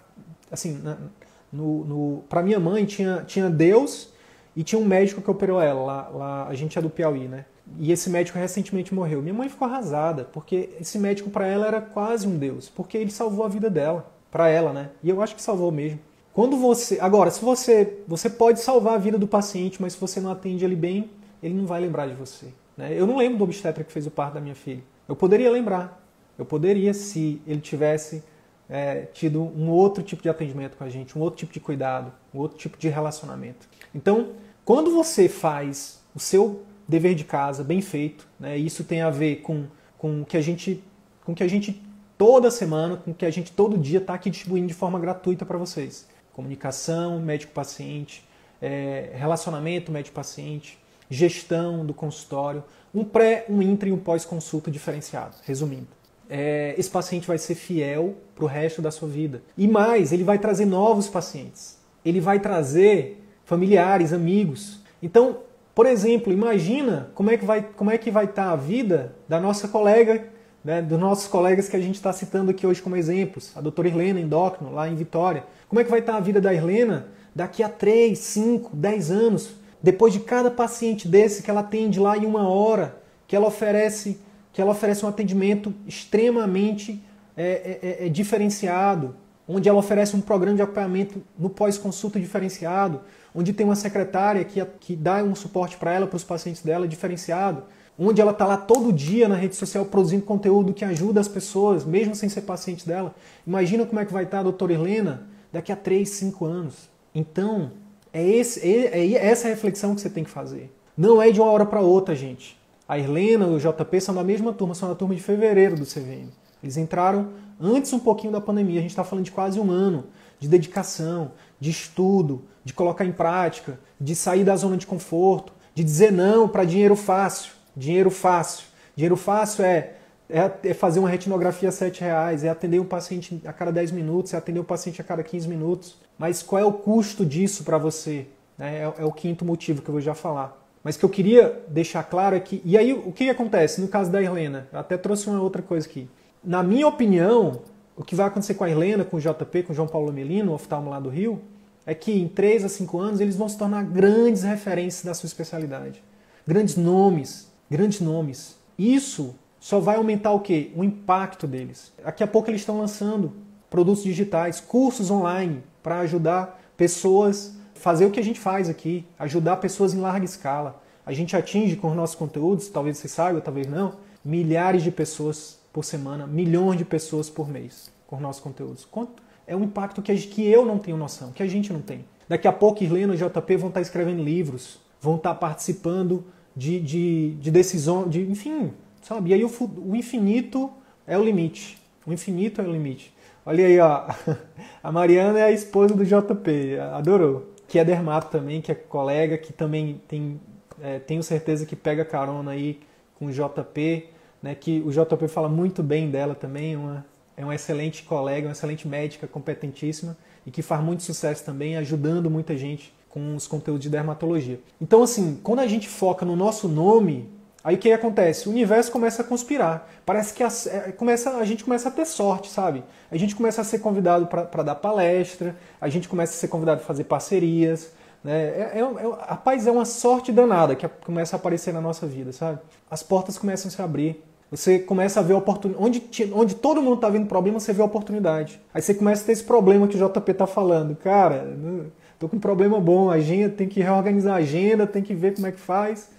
minha mãe tinha Deus e tinha um médico que operou ela, lá a gente é do Piauí, né? E esse médico recentemente morreu. Minha mãe ficou arrasada, porque esse médico para ela era quase um Deus, porque ele salvou a vida dela, para ela, né? E eu acho que salvou mesmo. Agora, se você pode salvar a vida do paciente, mas se você não atende ele bem, ele não vai lembrar de você, né? Eu não lembro do obstetra que fez o parto da minha filha. Eu poderia lembrar. Eu poderia, se ele tivesse tido um outro tipo de atendimento com a gente, um outro tipo de cuidado, um outro tipo de relacionamento. Então, quando você faz o seu dever de casa bem feito, né, isso tem a ver com com o que a gente toda semana, com o que a gente todo dia está aqui distribuindo de forma gratuita para vocês. Comunicação, médico-paciente, relacionamento médico-paciente, gestão do consultório, um pré, um intra e um pós-consulta diferenciado, resumindo. Esse paciente vai ser fiel para o resto da sua vida. E mais, ele vai trazer novos pacientes. Ele vai trazer familiares, amigos. Então, por exemplo, imagina como é que vai estar a vida da nossa colega, né, dos nossos colegas que a gente está citando aqui hoje como exemplos, a doutora Irlena, endócrino, lá em Vitória. Como é que vai estar a vida da Irlena daqui a 3, 5, 10 anos, depois de cada paciente desse que ela atende lá em 1 hora, que ela oferece um atendimento extremamente diferenciado, onde ela oferece um programa de acompanhamento no pós-consulta diferenciado, onde tem uma secretária que dá um suporte para ela, para os pacientes dela, diferenciado, onde ela está lá todo dia na rede social produzindo conteúdo que ajuda as pessoas, mesmo sem ser paciente dela. Imagina como é que vai estar a doutora Helena daqui a 3, 5 anos. Então, essa reflexão que você tem que fazer. Não é de uma hora para outra, gente. A Irlena e o JP são da mesma turma, são da turma de fevereiro do CVM. Eles entraram antes um pouquinho da pandemia, a gente está falando de quase 1 ano de dedicação, de estudo, de colocar em prática, de sair da zona de conforto, de dizer não para dinheiro fácil. Dinheiro fácil. Dinheiro fácil é fazer uma retinografia a R$7, é atender um paciente a cada 10 minutos, é atender um paciente a cada 15 minutos. Mas qual é o custo disso para você? É o quinto motivo que eu vou já falar. Mas que eu queria deixar claro é que... E aí, o que acontece no caso da Irlena? Eu até trouxe uma outra coisa aqui. Na minha opinião, o que vai acontecer com a Irlena, com o JP, com o João Paulo Melino, o oftalmo lá do Rio, é que em 3 a 5 anos eles vão se tornar grandes referências da sua especialidade. Grandes nomes. Isso só vai aumentar o quê? O impacto deles. Daqui a pouco eles estão lançando produtos digitais, cursos online para ajudar pessoas a fazer o que a gente faz aqui, ajudar pessoas em larga escala. A gente atinge com os nossos conteúdos, talvez você saiba, talvez não, milhares de pessoas por semana, milhões de pessoas por mês com os nossos conteúdos. É um impacto que eu não tenho noção, que a gente não tem. Daqui a pouco, Irlena e JP vão estar escrevendo livros, vão estar participando de decisões, enfim, sabe? E aí o infinito é o limite. O infinito é o limite. Olha aí, ó. A Mariana é a esposa do JP, adorou. Que é dermato também, que é colega, que também tenho certeza que pega carona aí com o JP, né? Que o JP fala muito bem dela também, é uma excelente colega, uma excelente médica, competentíssima e que faz muito sucesso também, ajudando muita gente com os conteúdos de dermatologia. Então, assim, quando a gente foca no nosso nome, aí o que acontece? O universo começa a conspirar. Parece que a gente começa a ter sorte, sabe? A gente começa a ser convidado para dar palestra, a gente começa a ser convidado a fazer parcerias, né? Rapaz, é uma sorte danada que começa a aparecer na nossa vida, sabe? As portas começam a se abrir. Você começa a ver oportunidade. Onde todo mundo está vendo problema, você vê a oportunidade. Aí você começa a ter esse problema que o JP está falando. Cara, tô com um problema bom, a agenda, tem que reorganizar a agenda, tem que ver como é que faz.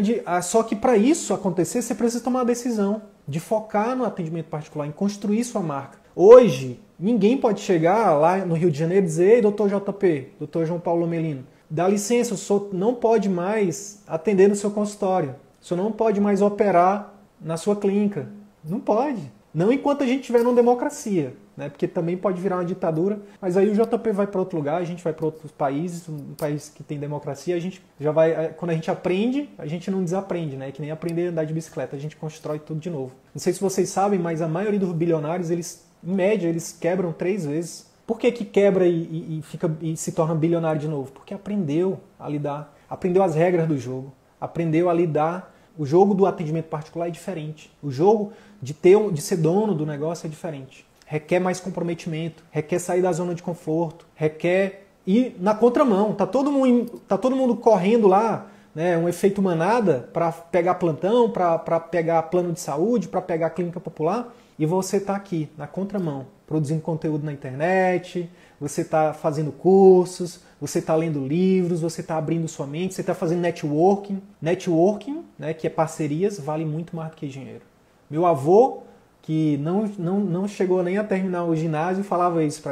Só que para isso acontecer, você precisa tomar a decisão de focar no atendimento particular, em construir sua marca. Hoje, ninguém pode chegar lá no Rio de Janeiro e dizer: ei, doutor JP, doutor João Paulo Melino, dá licença, o senhor não pode mais atender no seu consultório. O senhor não pode mais operar na sua clínica. Não pode. Não enquanto a gente estiver numa democracia, né? Porque também pode virar uma ditadura. Mas aí o JP vai para outro lugar, a gente vai para outros países, um país que tem democracia, a gente já vai. Quando a gente aprende, a gente não desaprende, né? É que nem aprender a andar de bicicleta, a gente constrói tudo de novo. Não sei se vocês sabem, mas a maioria dos bilionários, em média, eles quebram 3 vezes. Por que quebra e se torna bilionário de novo? Porque aprendeu a lidar, aprendeu as regras do jogo, aprendeu a lidar. O jogo do atendimento particular é diferente. O jogo de ser dono do negócio é diferente. Requer mais comprometimento, requer sair da zona de conforto, requer ir na contramão. Tá todo mundo correndo lá, né, um efeito manada para pegar plantão, para pegar plano de saúde, para pegar clínica popular, e você está aqui na contramão, produzindo conteúdo na internet, você está fazendo cursos, você está lendo livros, você está abrindo sua mente, você está fazendo networking. Networking, né, que é parcerias, vale muito mais do que dinheiro. Meu avô, que não chegou nem a terminar o ginásio, falava isso para mim.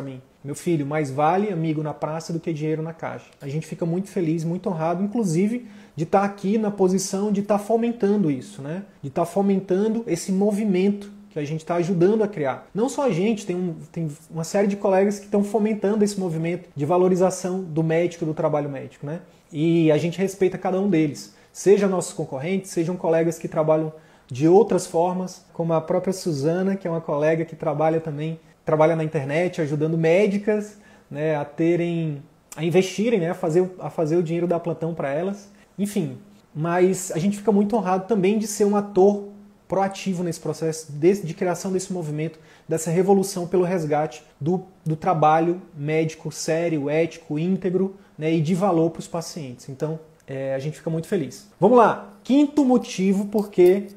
Meu filho, mais vale amigo na praça do que dinheiro na caixa. A gente fica muito feliz, muito honrado, inclusive, de estar aqui na posição de estar fomentando isso, né? De estar fomentando esse movimento que a gente está ajudando a criar. Não só a gente, tem uma série de colegas que estão fomentando esse movimento de valorização do médico, do trabalho médico, né? E a gente respeita cada um deles. Sejam nossos concorrentes, sejam colegas que trabalham de outras formas, como a própria Suzana, que é uma colega que trabalha na internet, ajudando médicas, né, a investirem, né, a fazer o dinheiro da plantão para elas. Enfim, mas a gente fica muito honrado também de ser um ator proativo nesse processo de criação desse movimento, dessa revolução pelo resgate do trabalho médico sério, ético, íntegro, né, e de valor para os pacientes. Então, a gente fica muito feliz. Vamos lá! Quinto motivo porque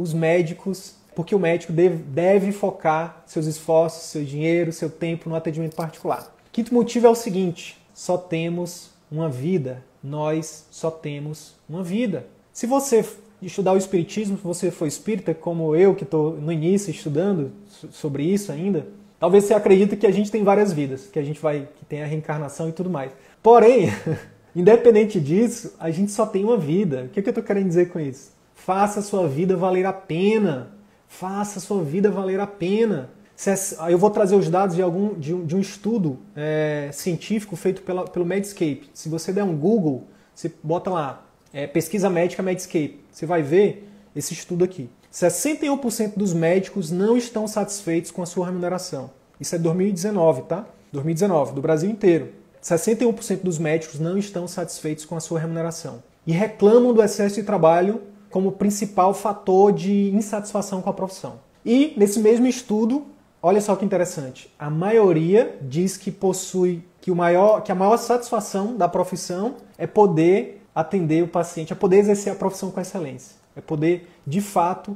o médico deve focar seus esforços, seu dinheiro, seu tempo no atendimento particular. Quinto motivo é o seguinte: só temos uma vida. Nós só temos uma vida. Se você estudar o Espiritismo, se você for espírita, como eu, que estou no início estudando sobre isso ainda, talvez você acredite que a gente tem várias vidas, que tem a reencarnação e tudo mais. Porém, independente disso, a gente só tem uma vida. O que eu estou querendo dizer com isso? Faça a sua vida valer a pena. Faça a sua vida valer a pena. Eu vou trazer os dados de um estudo científico feito pelo Medscape. Se você der um Google, você bota lá, pesquisa médica Medscape, você vai ver esse estudo aqui. 61% dos médicos não estão satisfeitos com a sua remuneração. Isso é 2019, tá? 2019, do Brasil inteiro. 61% dos médicos não estão satisfeitos com a sua remuneração. E reclamam do excesso de trabalho como principal fator de insatisfação com a profissão. E, nesse mesmo estudo, olha só que interessante, a maioria diz que que a maior satisfação da profissão é poder atender o paciente, é poder exercer a profissão com excelência, é poder, de fato,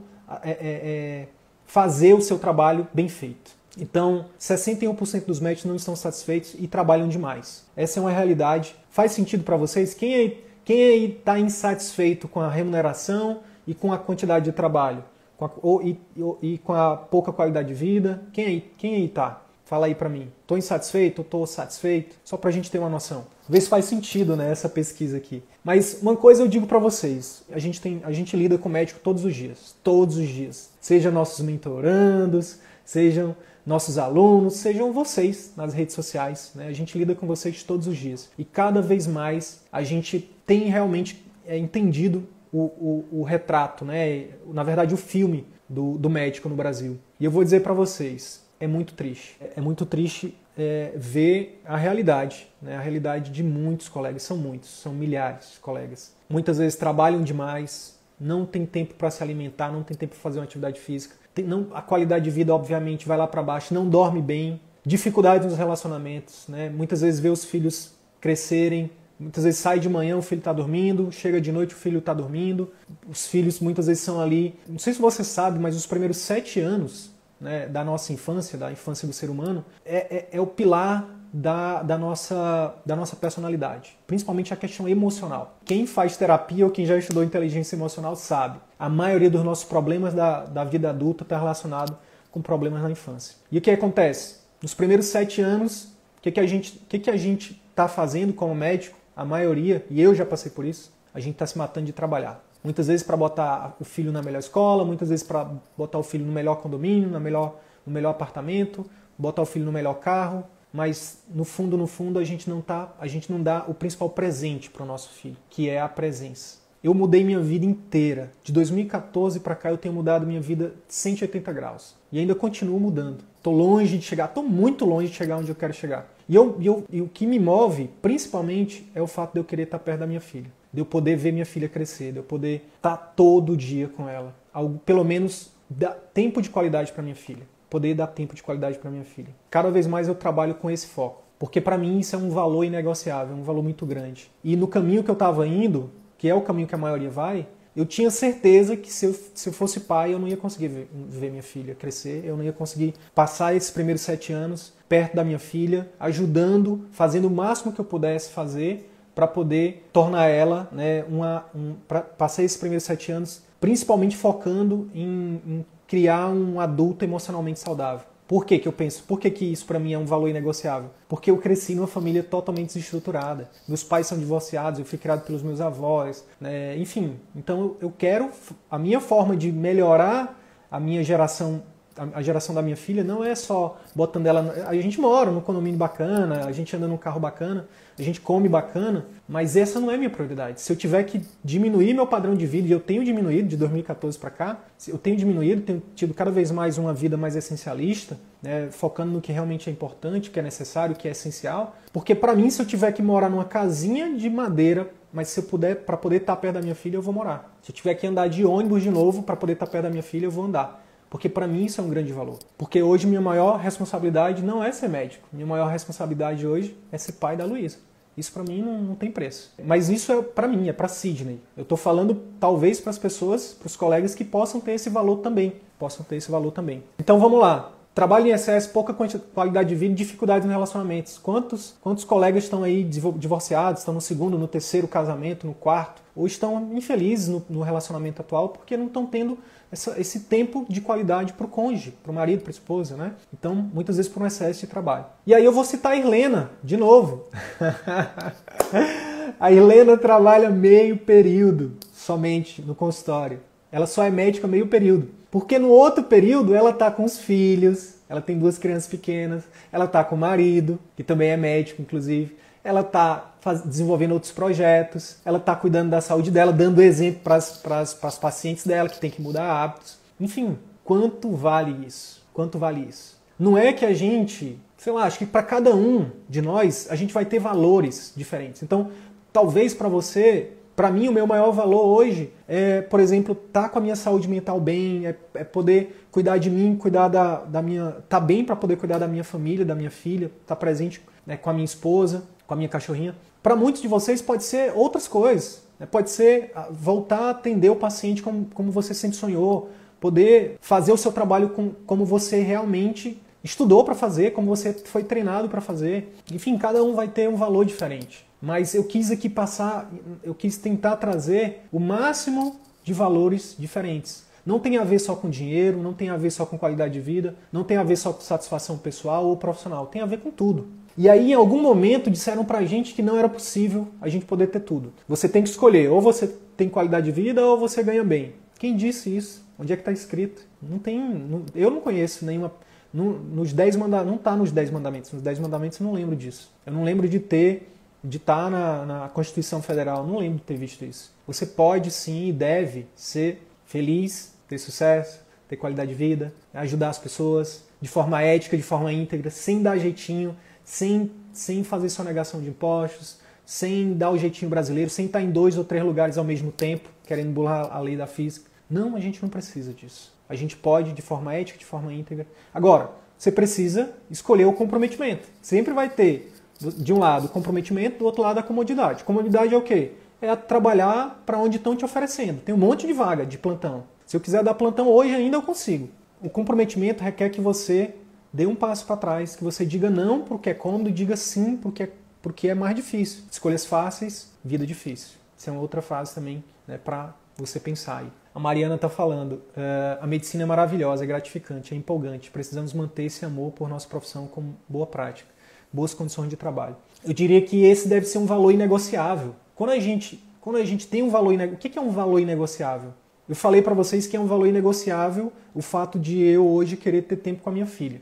fazer o seu trabalho bem feito. Então, 61% dos médicos não estão satisfeitos e trabalham demais. Essa é uma realidade. Faz sentido para vocês? Quem aí está insatisfeito com a remuneração e com a quantidade de trabalho? E com a pouca qualidade de vida? Quem aí está? Fala aí para mim. Estou insatisfeito ou estou satisfeito? Só para a gente ter uma noção. Vê se faz sentido, né, essa pesquisa aqui. Mas uma coisa eu digo para vocês. A gente lida com médico todos os dias. Todos os dias. Sejam nossos mentorandos, sejam nossos alunos, sejam vocês nas redes sociais, né? A gente lida com vocês todos os dias. E cada vez mais a gente tem realmente entendido o retrato, né? Na verdade, o filme do médico no Brasil. E eu vou dizer para vocês, é muito triste. É muito triste ver a realidade, né? A realidade de muitos colegas, são milhares de colegas. Muitas vezes trabalham demais, não tem tempo para se alimentar, não tem tempo para fazer uma atividade física. A qualidade de vida, obviamente, vai lá para baixo, não dorme bem, dificuldade nos relacionamentos, né? Muitas vezes vê os filhos crescerem, muitas vezes sai de manhã, o filho está dormindo, chega de noite, o filho está dormindo. Os filhos muitas vezes são ali, não sei se você sabe, mas os primeiros 7 anos, né, da nossa infância, da infância do ser humano, é o pilar da nossa personalidade, principalmente a questão emocional. Quem faz terapia ou quem já estudou inteligência emocional sabe, a maioria dos nossos problemas da vida adulta está relacionado com problemas na infância. E o que acontece? Nos primeiros 7 anos, o que a gente está fazendo como médico? A maioria, e eu já passei por isso, a gente está se matando de trabalhar. Muitas vezes para botar o filho na melhor escola, muitas vezes para botar o filho no melhor condomínio, no melhor apartamento, botar o filho no melhor carro, mas no fundo a gente não dá o principal presente para o nosso filho, que é a presença. Eu mudei minha vida inteira. De 2014 para cá eu tenho mudado minha vida 180 graus. E ainda continuo mudando. Estou longe de chegar, estou muito longe de chegar onde eu quero chegar. E o que me move, principalmente, é o fato de eu querer estar perto da minha filha. De eu poder ver minha filha crescer, de eu poder estar todo dia com ela. Pelo menos dar tempo de qualidade para minha filha. Poder dar tempo de qualidade para minha filha. Cada vez mais eu trabalho com esse foco. Porque para mim isso é um valor inegociável, um valor muito grande. E no caminho que eu estava indo, que é o caminho que a maioria vai, eu tinha certeza que se eu fosse pai, eu não ia conseguir ver minha filha crescer, eu não ia conseguir passar esses primeiros 7 anos perto da minha filha, ajudando, fazendo o máximo que eu pudesse fazer para poder tornar ela, né, passar esses primeiros 7 anos, principalmente focando em criar um adulto emocionalmente saudável. Por que que eu penso? Por que que isso para mim é um valor inegociável? Porque eu cresci numa família totalmente desestruturada. Meus pais são divorciados, eu fui criado pelos meus avós, né? Enfim. Então eu quero, a minha forma de melhorar a minha geração, a geração da minha filha, não é só botando ela... A gente mora num condomínio bacana, a gente anda num carro bacana, a gente come bacana, mas essa não é a minha prioridade. Se eu tiver que diminuir meu padrão de vida, e eu tenho diminuído de 2014 para cá, eu tenho diminuído, tenho tido cada vez mais uma vida mais essencialista, né, focando no que realmente é importante, o que é necessário, o que é essencial, porque para mim, se eu tiver que morar numa casinha de madeira, mas se eu puder, para poder estar perto da minha filha, eu vou morar. Se eu tiver que andar de ônibus de novo para poder estar perto da minha filha, eu vou andar. Porque para mim isso é um grande valor. Porque hoje minha maior responsabilidade não é ser médico. Minha maior responsabilidade hoje é ser pai da Luísa. Isso para mim não tem preço. Mas isso é para mim, é para Sidney. Eu estou falando talvez para as pessoas, para os colegas que possam ter esse valor também. Então vamos lá. Trabalho em excesso, pouca qualidade de vida e dificuldades nos relacionamentos. Quantos colegas estão aí divorciados, estão no segundo, no terceiro casamento, no quarto, ou estão infelizes no relacionamento atual porque não estão tendo esse tempo de qualidade para o cônjuge, para o marido, para a esposa, né? Então, muitas vezes por um excesso de trabalho. E aí eu vou citar a Irlena, de novo. A Irlena trabalha meio período somente no consultório. Ela só é médica meio período. Porque no outro período ela está com os filhos, ela tem 2 crianças pequenas, ela está com o marido, que também é médico, inclusive, ela está desenvolvendo outros projetos, ela está cuidando da saúde dela, dando exemplo para as pacientes dela, que tem que mudar hábitos. Enfim, quanto vale isso? Quanto vale isso? Não é que a gente, sei lá, acho que para cada um de nós, a gente vai ter valores diferentes. Então, talvez para você... Para mim, o meu maior valor hoje é, por exemplo, estar com a minha saúde mental bem, é poder cuidar de mim, cuidar da minha... Tá bem para poder cuidar da minha família, da minha filha, estar presente, né, com a minha esposa, com a minha cachorrinha. Para muitos de vocês pode ser outras coisas. Né? Pode ser voltar a atender o paciente como você sempre sonhou, poder fazer o seu trabalho como você realmente estudou para fazer, como você foi treinado para fazer. Enfim, cada um vai ter um valor diferente. Mas eu quis aqui eu quis tentar trazer o máximo de valores diferentes. Não tem a ver só com dinheiro, não tem a ver só com qualidade de vida, não tem a ver só com satisfação pessoal ou profissional, tem a ver com tudo. E aí, em algum momento, disseram pra gente que não era possível a gente poder ter tudo. Você tem que escolher, ou você tem qualidade de vida ou você ganha bem. Quem disse isso? Onde é que está escrito? Não tem, eu não conheço nenhuma... Nos 10 mandamentos, não está nos 10 mandamentos. Nos 10 mandamentos eu não lembro disso. Eu não lembro de estar na Constituição Federal, não lembro de ter visto isso. Você pode sim e deve ser feliz, ter sucesso, ter qualidade de vida, ajudar as pessoas de forma ética, de forma íntegra, sem dar jeitinho, sem fazer sonegação de impostos, sem dar o jeitinho brasileiro, sem estar em 2 ou 3 lugares ao mesmo tempo, querendo burlar a lei da física. Não, a gente não precisa disso. A gente pode de forma ética, de forma íntegra. Agora, você precisa escolher o comprometimento. Sempre vai ter, de um lado, o comprometimento, do outro lado, a comodidade. Comodidade é o quê? É trabalhar para onde estão te oferecendo. Tem um monte de vaga de plantão. Se eu quiser dar plantão hoje ainda, eu consigo. O comprometimento requer que você dê um passo para trás, que você diga não porque é cômodo e diga sim porque é mais difícil. Escolhas fáceis, vida difícil. Essa é uma outra frase também, né, para você pensar aí. A Mariana está falando, a medicina é maravilhosa, é gratificante, é empolgante. Precisamos manter esse amor por nossa profissão com boa prática, boas condições de trabalho. Eu diria que esse deve ser um valor inegociável. Quando a gente tem um valor inegociável, o que é um valor inegociável? Eu falei para vocês que é um valor inegociável o fato de eu hoje querer ter tempo com a minha filha,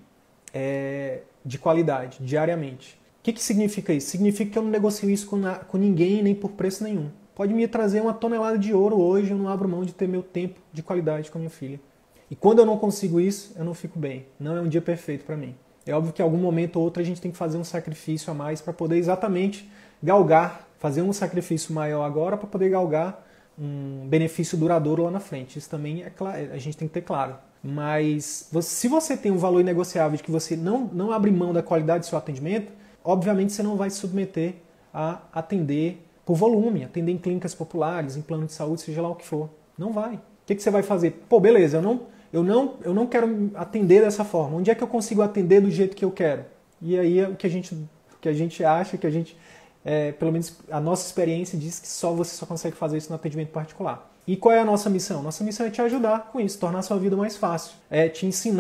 de qualidade, diariamente. O que significa isso? Significa que eu não negocio isso com ninguém, nem por preço nenhum. Pode me trazer 1 tonelada de ouro hoje, eu não abro mão de ter meu tempo de qualidade com a minha filha. E quando eu não consigo isso, eu não fico bem. Não é um dia perfeito para mim. É óbvio que em algum momento ou outro a gente tem que fazer um sacrifício a mais para poder exatamente galgar, fazer um sacrifício maior agora para poder galgar um benefício duradouro lá na frente. Isso também é claro, a gente tem que ter claro. Mas se você tem um valor inegociável de que você não abre mão da qualidade do seu atendimento, obviamente você não vai se submeter a atender por volume, atender em clínicas populares, em plano de saúde, seja lá o que for. Não vai. O que você vai fazer? Pô, beleza, eu não quero atender dessa forma. Onde é que eu consigo atender do jeito que eu quero? E aí o que a gente acha, pelo menos a nossa experiência diz que você só consegue fazer isso no atendimento particular. E qual é a nossa missão? Nossa missão é te ajudar com isso, tornar a sua vida mais fácil. É te ensinar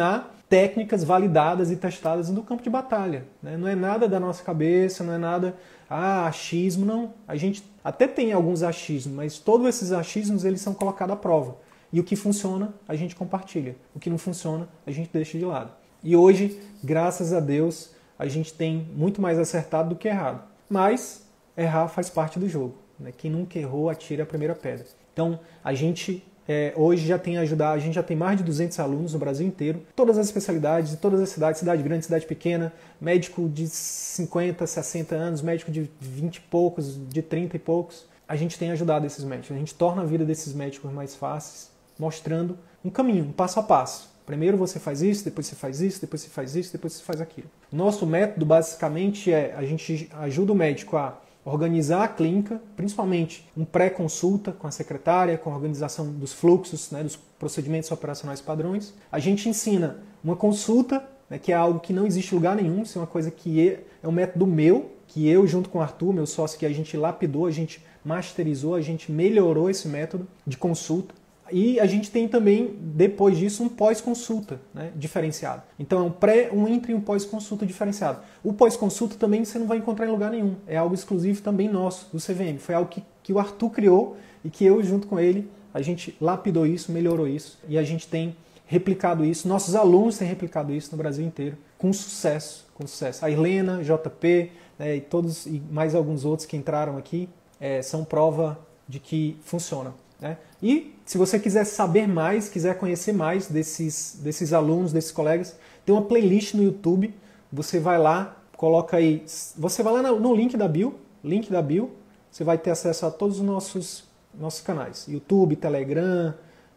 técnicas validadas e testadas no campo de batalha, né? Não é nada da nossa cabeça, não é nada achismo, não. A gente até tem alguns achismos, mas todos esses achismos eles são colocados à prova. E o que funciona, a gente compartilha. O que não funciona, a gente deixa de lado. E hoje, graças a Deus, a gente tem muito mais acertado do que errado. Mas errar faz parte do jogo, né? Quem nunca errou, atira a primeira pedra. Então, a gente hoje já tem ajudado, a gente já tem mais de 200 alunos no Brasil inteiro, todas as especialidades, de todas as cidades, cidade grande, cidade pequena, médico de 50, 60 anos, médico de 20 e poucos, de 30 e poucos. A gente tem ajudado esses médicos, a gente torna a vida desses médicos mais fáceis, mostrando um caminho, um passo a passo. Primeiro você faz isso, depois você faz isso, depois você faz isso, depois você faz aquilo. Nosso método basicamente a gente ajuda o médico a organizar a clínica, principalmente um pré-consulta com a secretária, com a organização dos fluxos, né, dos procedimentos operacionais padrões. A gente ensina uma consulta, né, que é algo que não existe em lugar nenhum, isso é uma coisa que é um método meu, que eu junto com o Arthur, meu sócio, que a gente lapidou, a gente masterizou, a gente melhorou esse método de consulta. E a gente tem também, depois disso, um pós-consulta, né, diferenciado. Então é um intra e um pós-consulta diferenciado. O pós-consulta também você não vai encontrar em lugar nenhum. É algo exclusivo também nosso, do CVM. Foi algo que o Arthur criou e que eu, junto com ele, a gente lapidou isso, melhorou isso. E a gente tem replicado isso. Nossos alunos têm replicado isso no Brasil inteiro, com sucesso. Com sucesso. A Helena, JP, né, e mais alguns outros que entraram aqui, são prova de que funciona. Né? E se você quiser saber mais, quiser conhecer mais desses alunos, desses colegas, tem uma playlist no YouTube, você vai lá, coloca aí, você vai lá no link da bio, você vai ter acesso a todos os nossos canais, YouTube, Telegram,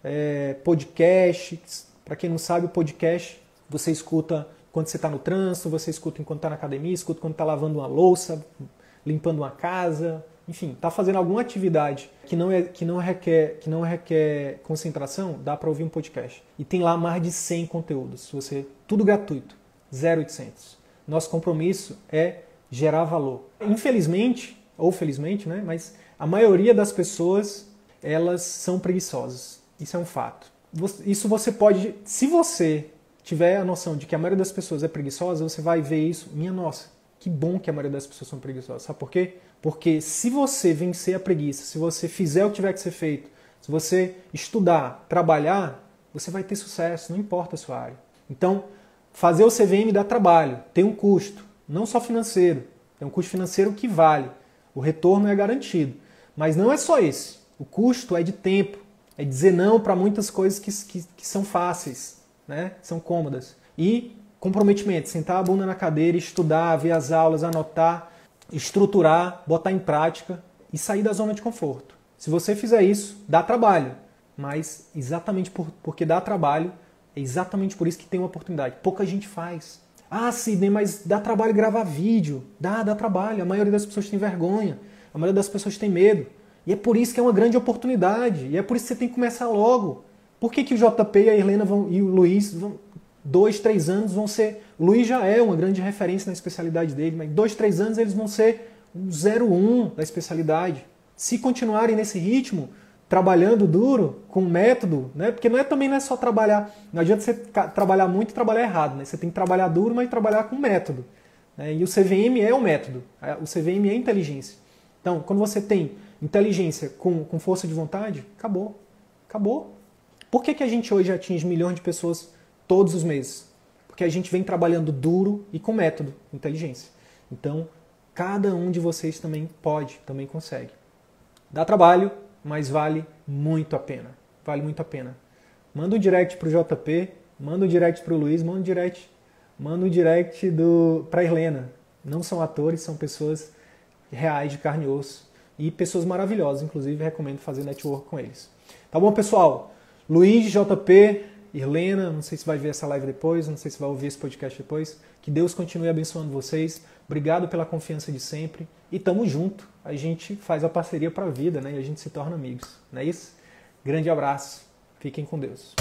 podcast. Para quem não sabe, o podcast você escuta quando você está no trânsito, você escuta enquanto está na academia, escuta quando está lavando uma louça, limpando uma casa. Enfim, está fazendo alguma atividade que não requer concentração, dá para ouvir um podcast. E tem lá mais de 100 conteúdos, tudo gratuito, 0800. Nosso compromisso é gerar valor. Infelizmente, ou felizmente, né, mas a maioria das pessoas, elas são preguiçosas. Isso é um fato. Isso você pode, se você tiver a noção de que a maioria das pessoas é preguiçosa, você vai ver isso, minha nossa, que bom que a maioria das pessoas são preguiçosas. Sabe por quê? Porque se você vencer a preguiça, se você fizer o que tiver que ser feito, se você estudar, trabalhar, você vai ter sucesso, não importa a sua área. Então, fazer o CVM dá trabalho, tem um custo, não só financeiro, tem um custo financeiro que vale, o retorno é garantido. Mas não é só esse, o custo é de tempo, é dizer não para muitas coisas que são fáceis, né? São cômodas. E comprometimento, sentar a bunda na cadeira, estudar, ver as aulas, anotar, estruturar, botar em prática e sair da zona de conforto. Se você fizer isso, dá trabalho, mas exatamente porque dá trabalho, é exatamente por isso que tem uma oportunidade. Pouca gente faz. Ah, Sidney, mas dá trabalho gravar vídeo. Dá trabalho. A maioria das pessoas tem vergonha, a maioria das pessoas tem medo. E é por isso que é uma grande oportunidade, e é por isso que você tem que começar logo. Por que o JP e a Helena e o Luiz 2, 3 anos vão ser... O Luiz já é uma grande referência na especialidade dele, mas 2, 3 anos eles vão ser um 01 da especialidade. Se continuarem nesse ritmo, trabalhando duro, com método, né? Porque também não é só trabalhar... Não adianta você trabalhar muito e trabalhar errado, né? Você tem que trabalhar duro, mas trabalhar com método. Né? E o CVM é o método. O CVM é inteligência. Então, quando você tem inteligência com força de vontade, acabou. Acabou. Por que a gente hoje atinge milhões de pessoas todos os meses? Porque a gente vem trabalhando duro e com método, inteligência. Então, cada um de vocês também pode, também consegue. Dá trabalho, mas vale muito a pena. Vale muito a pena. Manda um direct pro JP, manda um direct pro Luiz, manda um direct pra Helena. Não são atores, são pessoas reais, de carne e osso. E pessoas maravilhosas, inclusive recomendo fazer network com eles. Tá bom, pessoal? Luiz, JP, Helena, não sei se vai ver essa live depois, não sei se vai ouvir esse podcast depois. Que Deus continue abençoando vocês. Obrigado pela confiança de sempre. E tamo junto. A gente faz a parceria para a vida, né? E a gente se torna amigos. Não é isso? Grande abraço. Fiquem com Deus.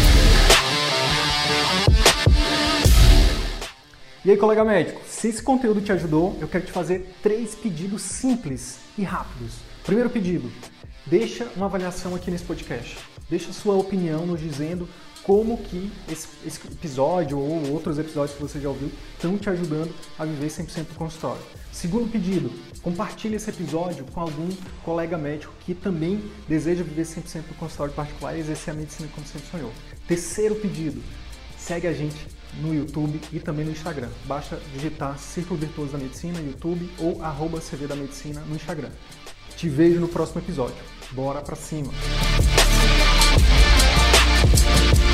E aí, colega médico? Se esse conteúdo te ajudou, eu quero te fazer 3 pedidos simples e rápidos. Primeiro pedido, deixa uma avaliação aqui nesse podcast. Deixa sua opinião nos dizendo como que esse episódio ou outros episódios que você já ouviu estão te ajudando a viver 100% do consultório. Segundo pedido, compartilhe esse episódio com algum colega médico que também deseja viver 100% do consultório particular e exercer a medicina como sempre sonhou. Terceiro pedido, segue a gente no YouTube e também no Instagram. Basta digitar Círculo Virtuoso da Medicina no YouTube ou @CV da Medicina no Instagram. Te vejo no próximo episódio. Bora pra cima!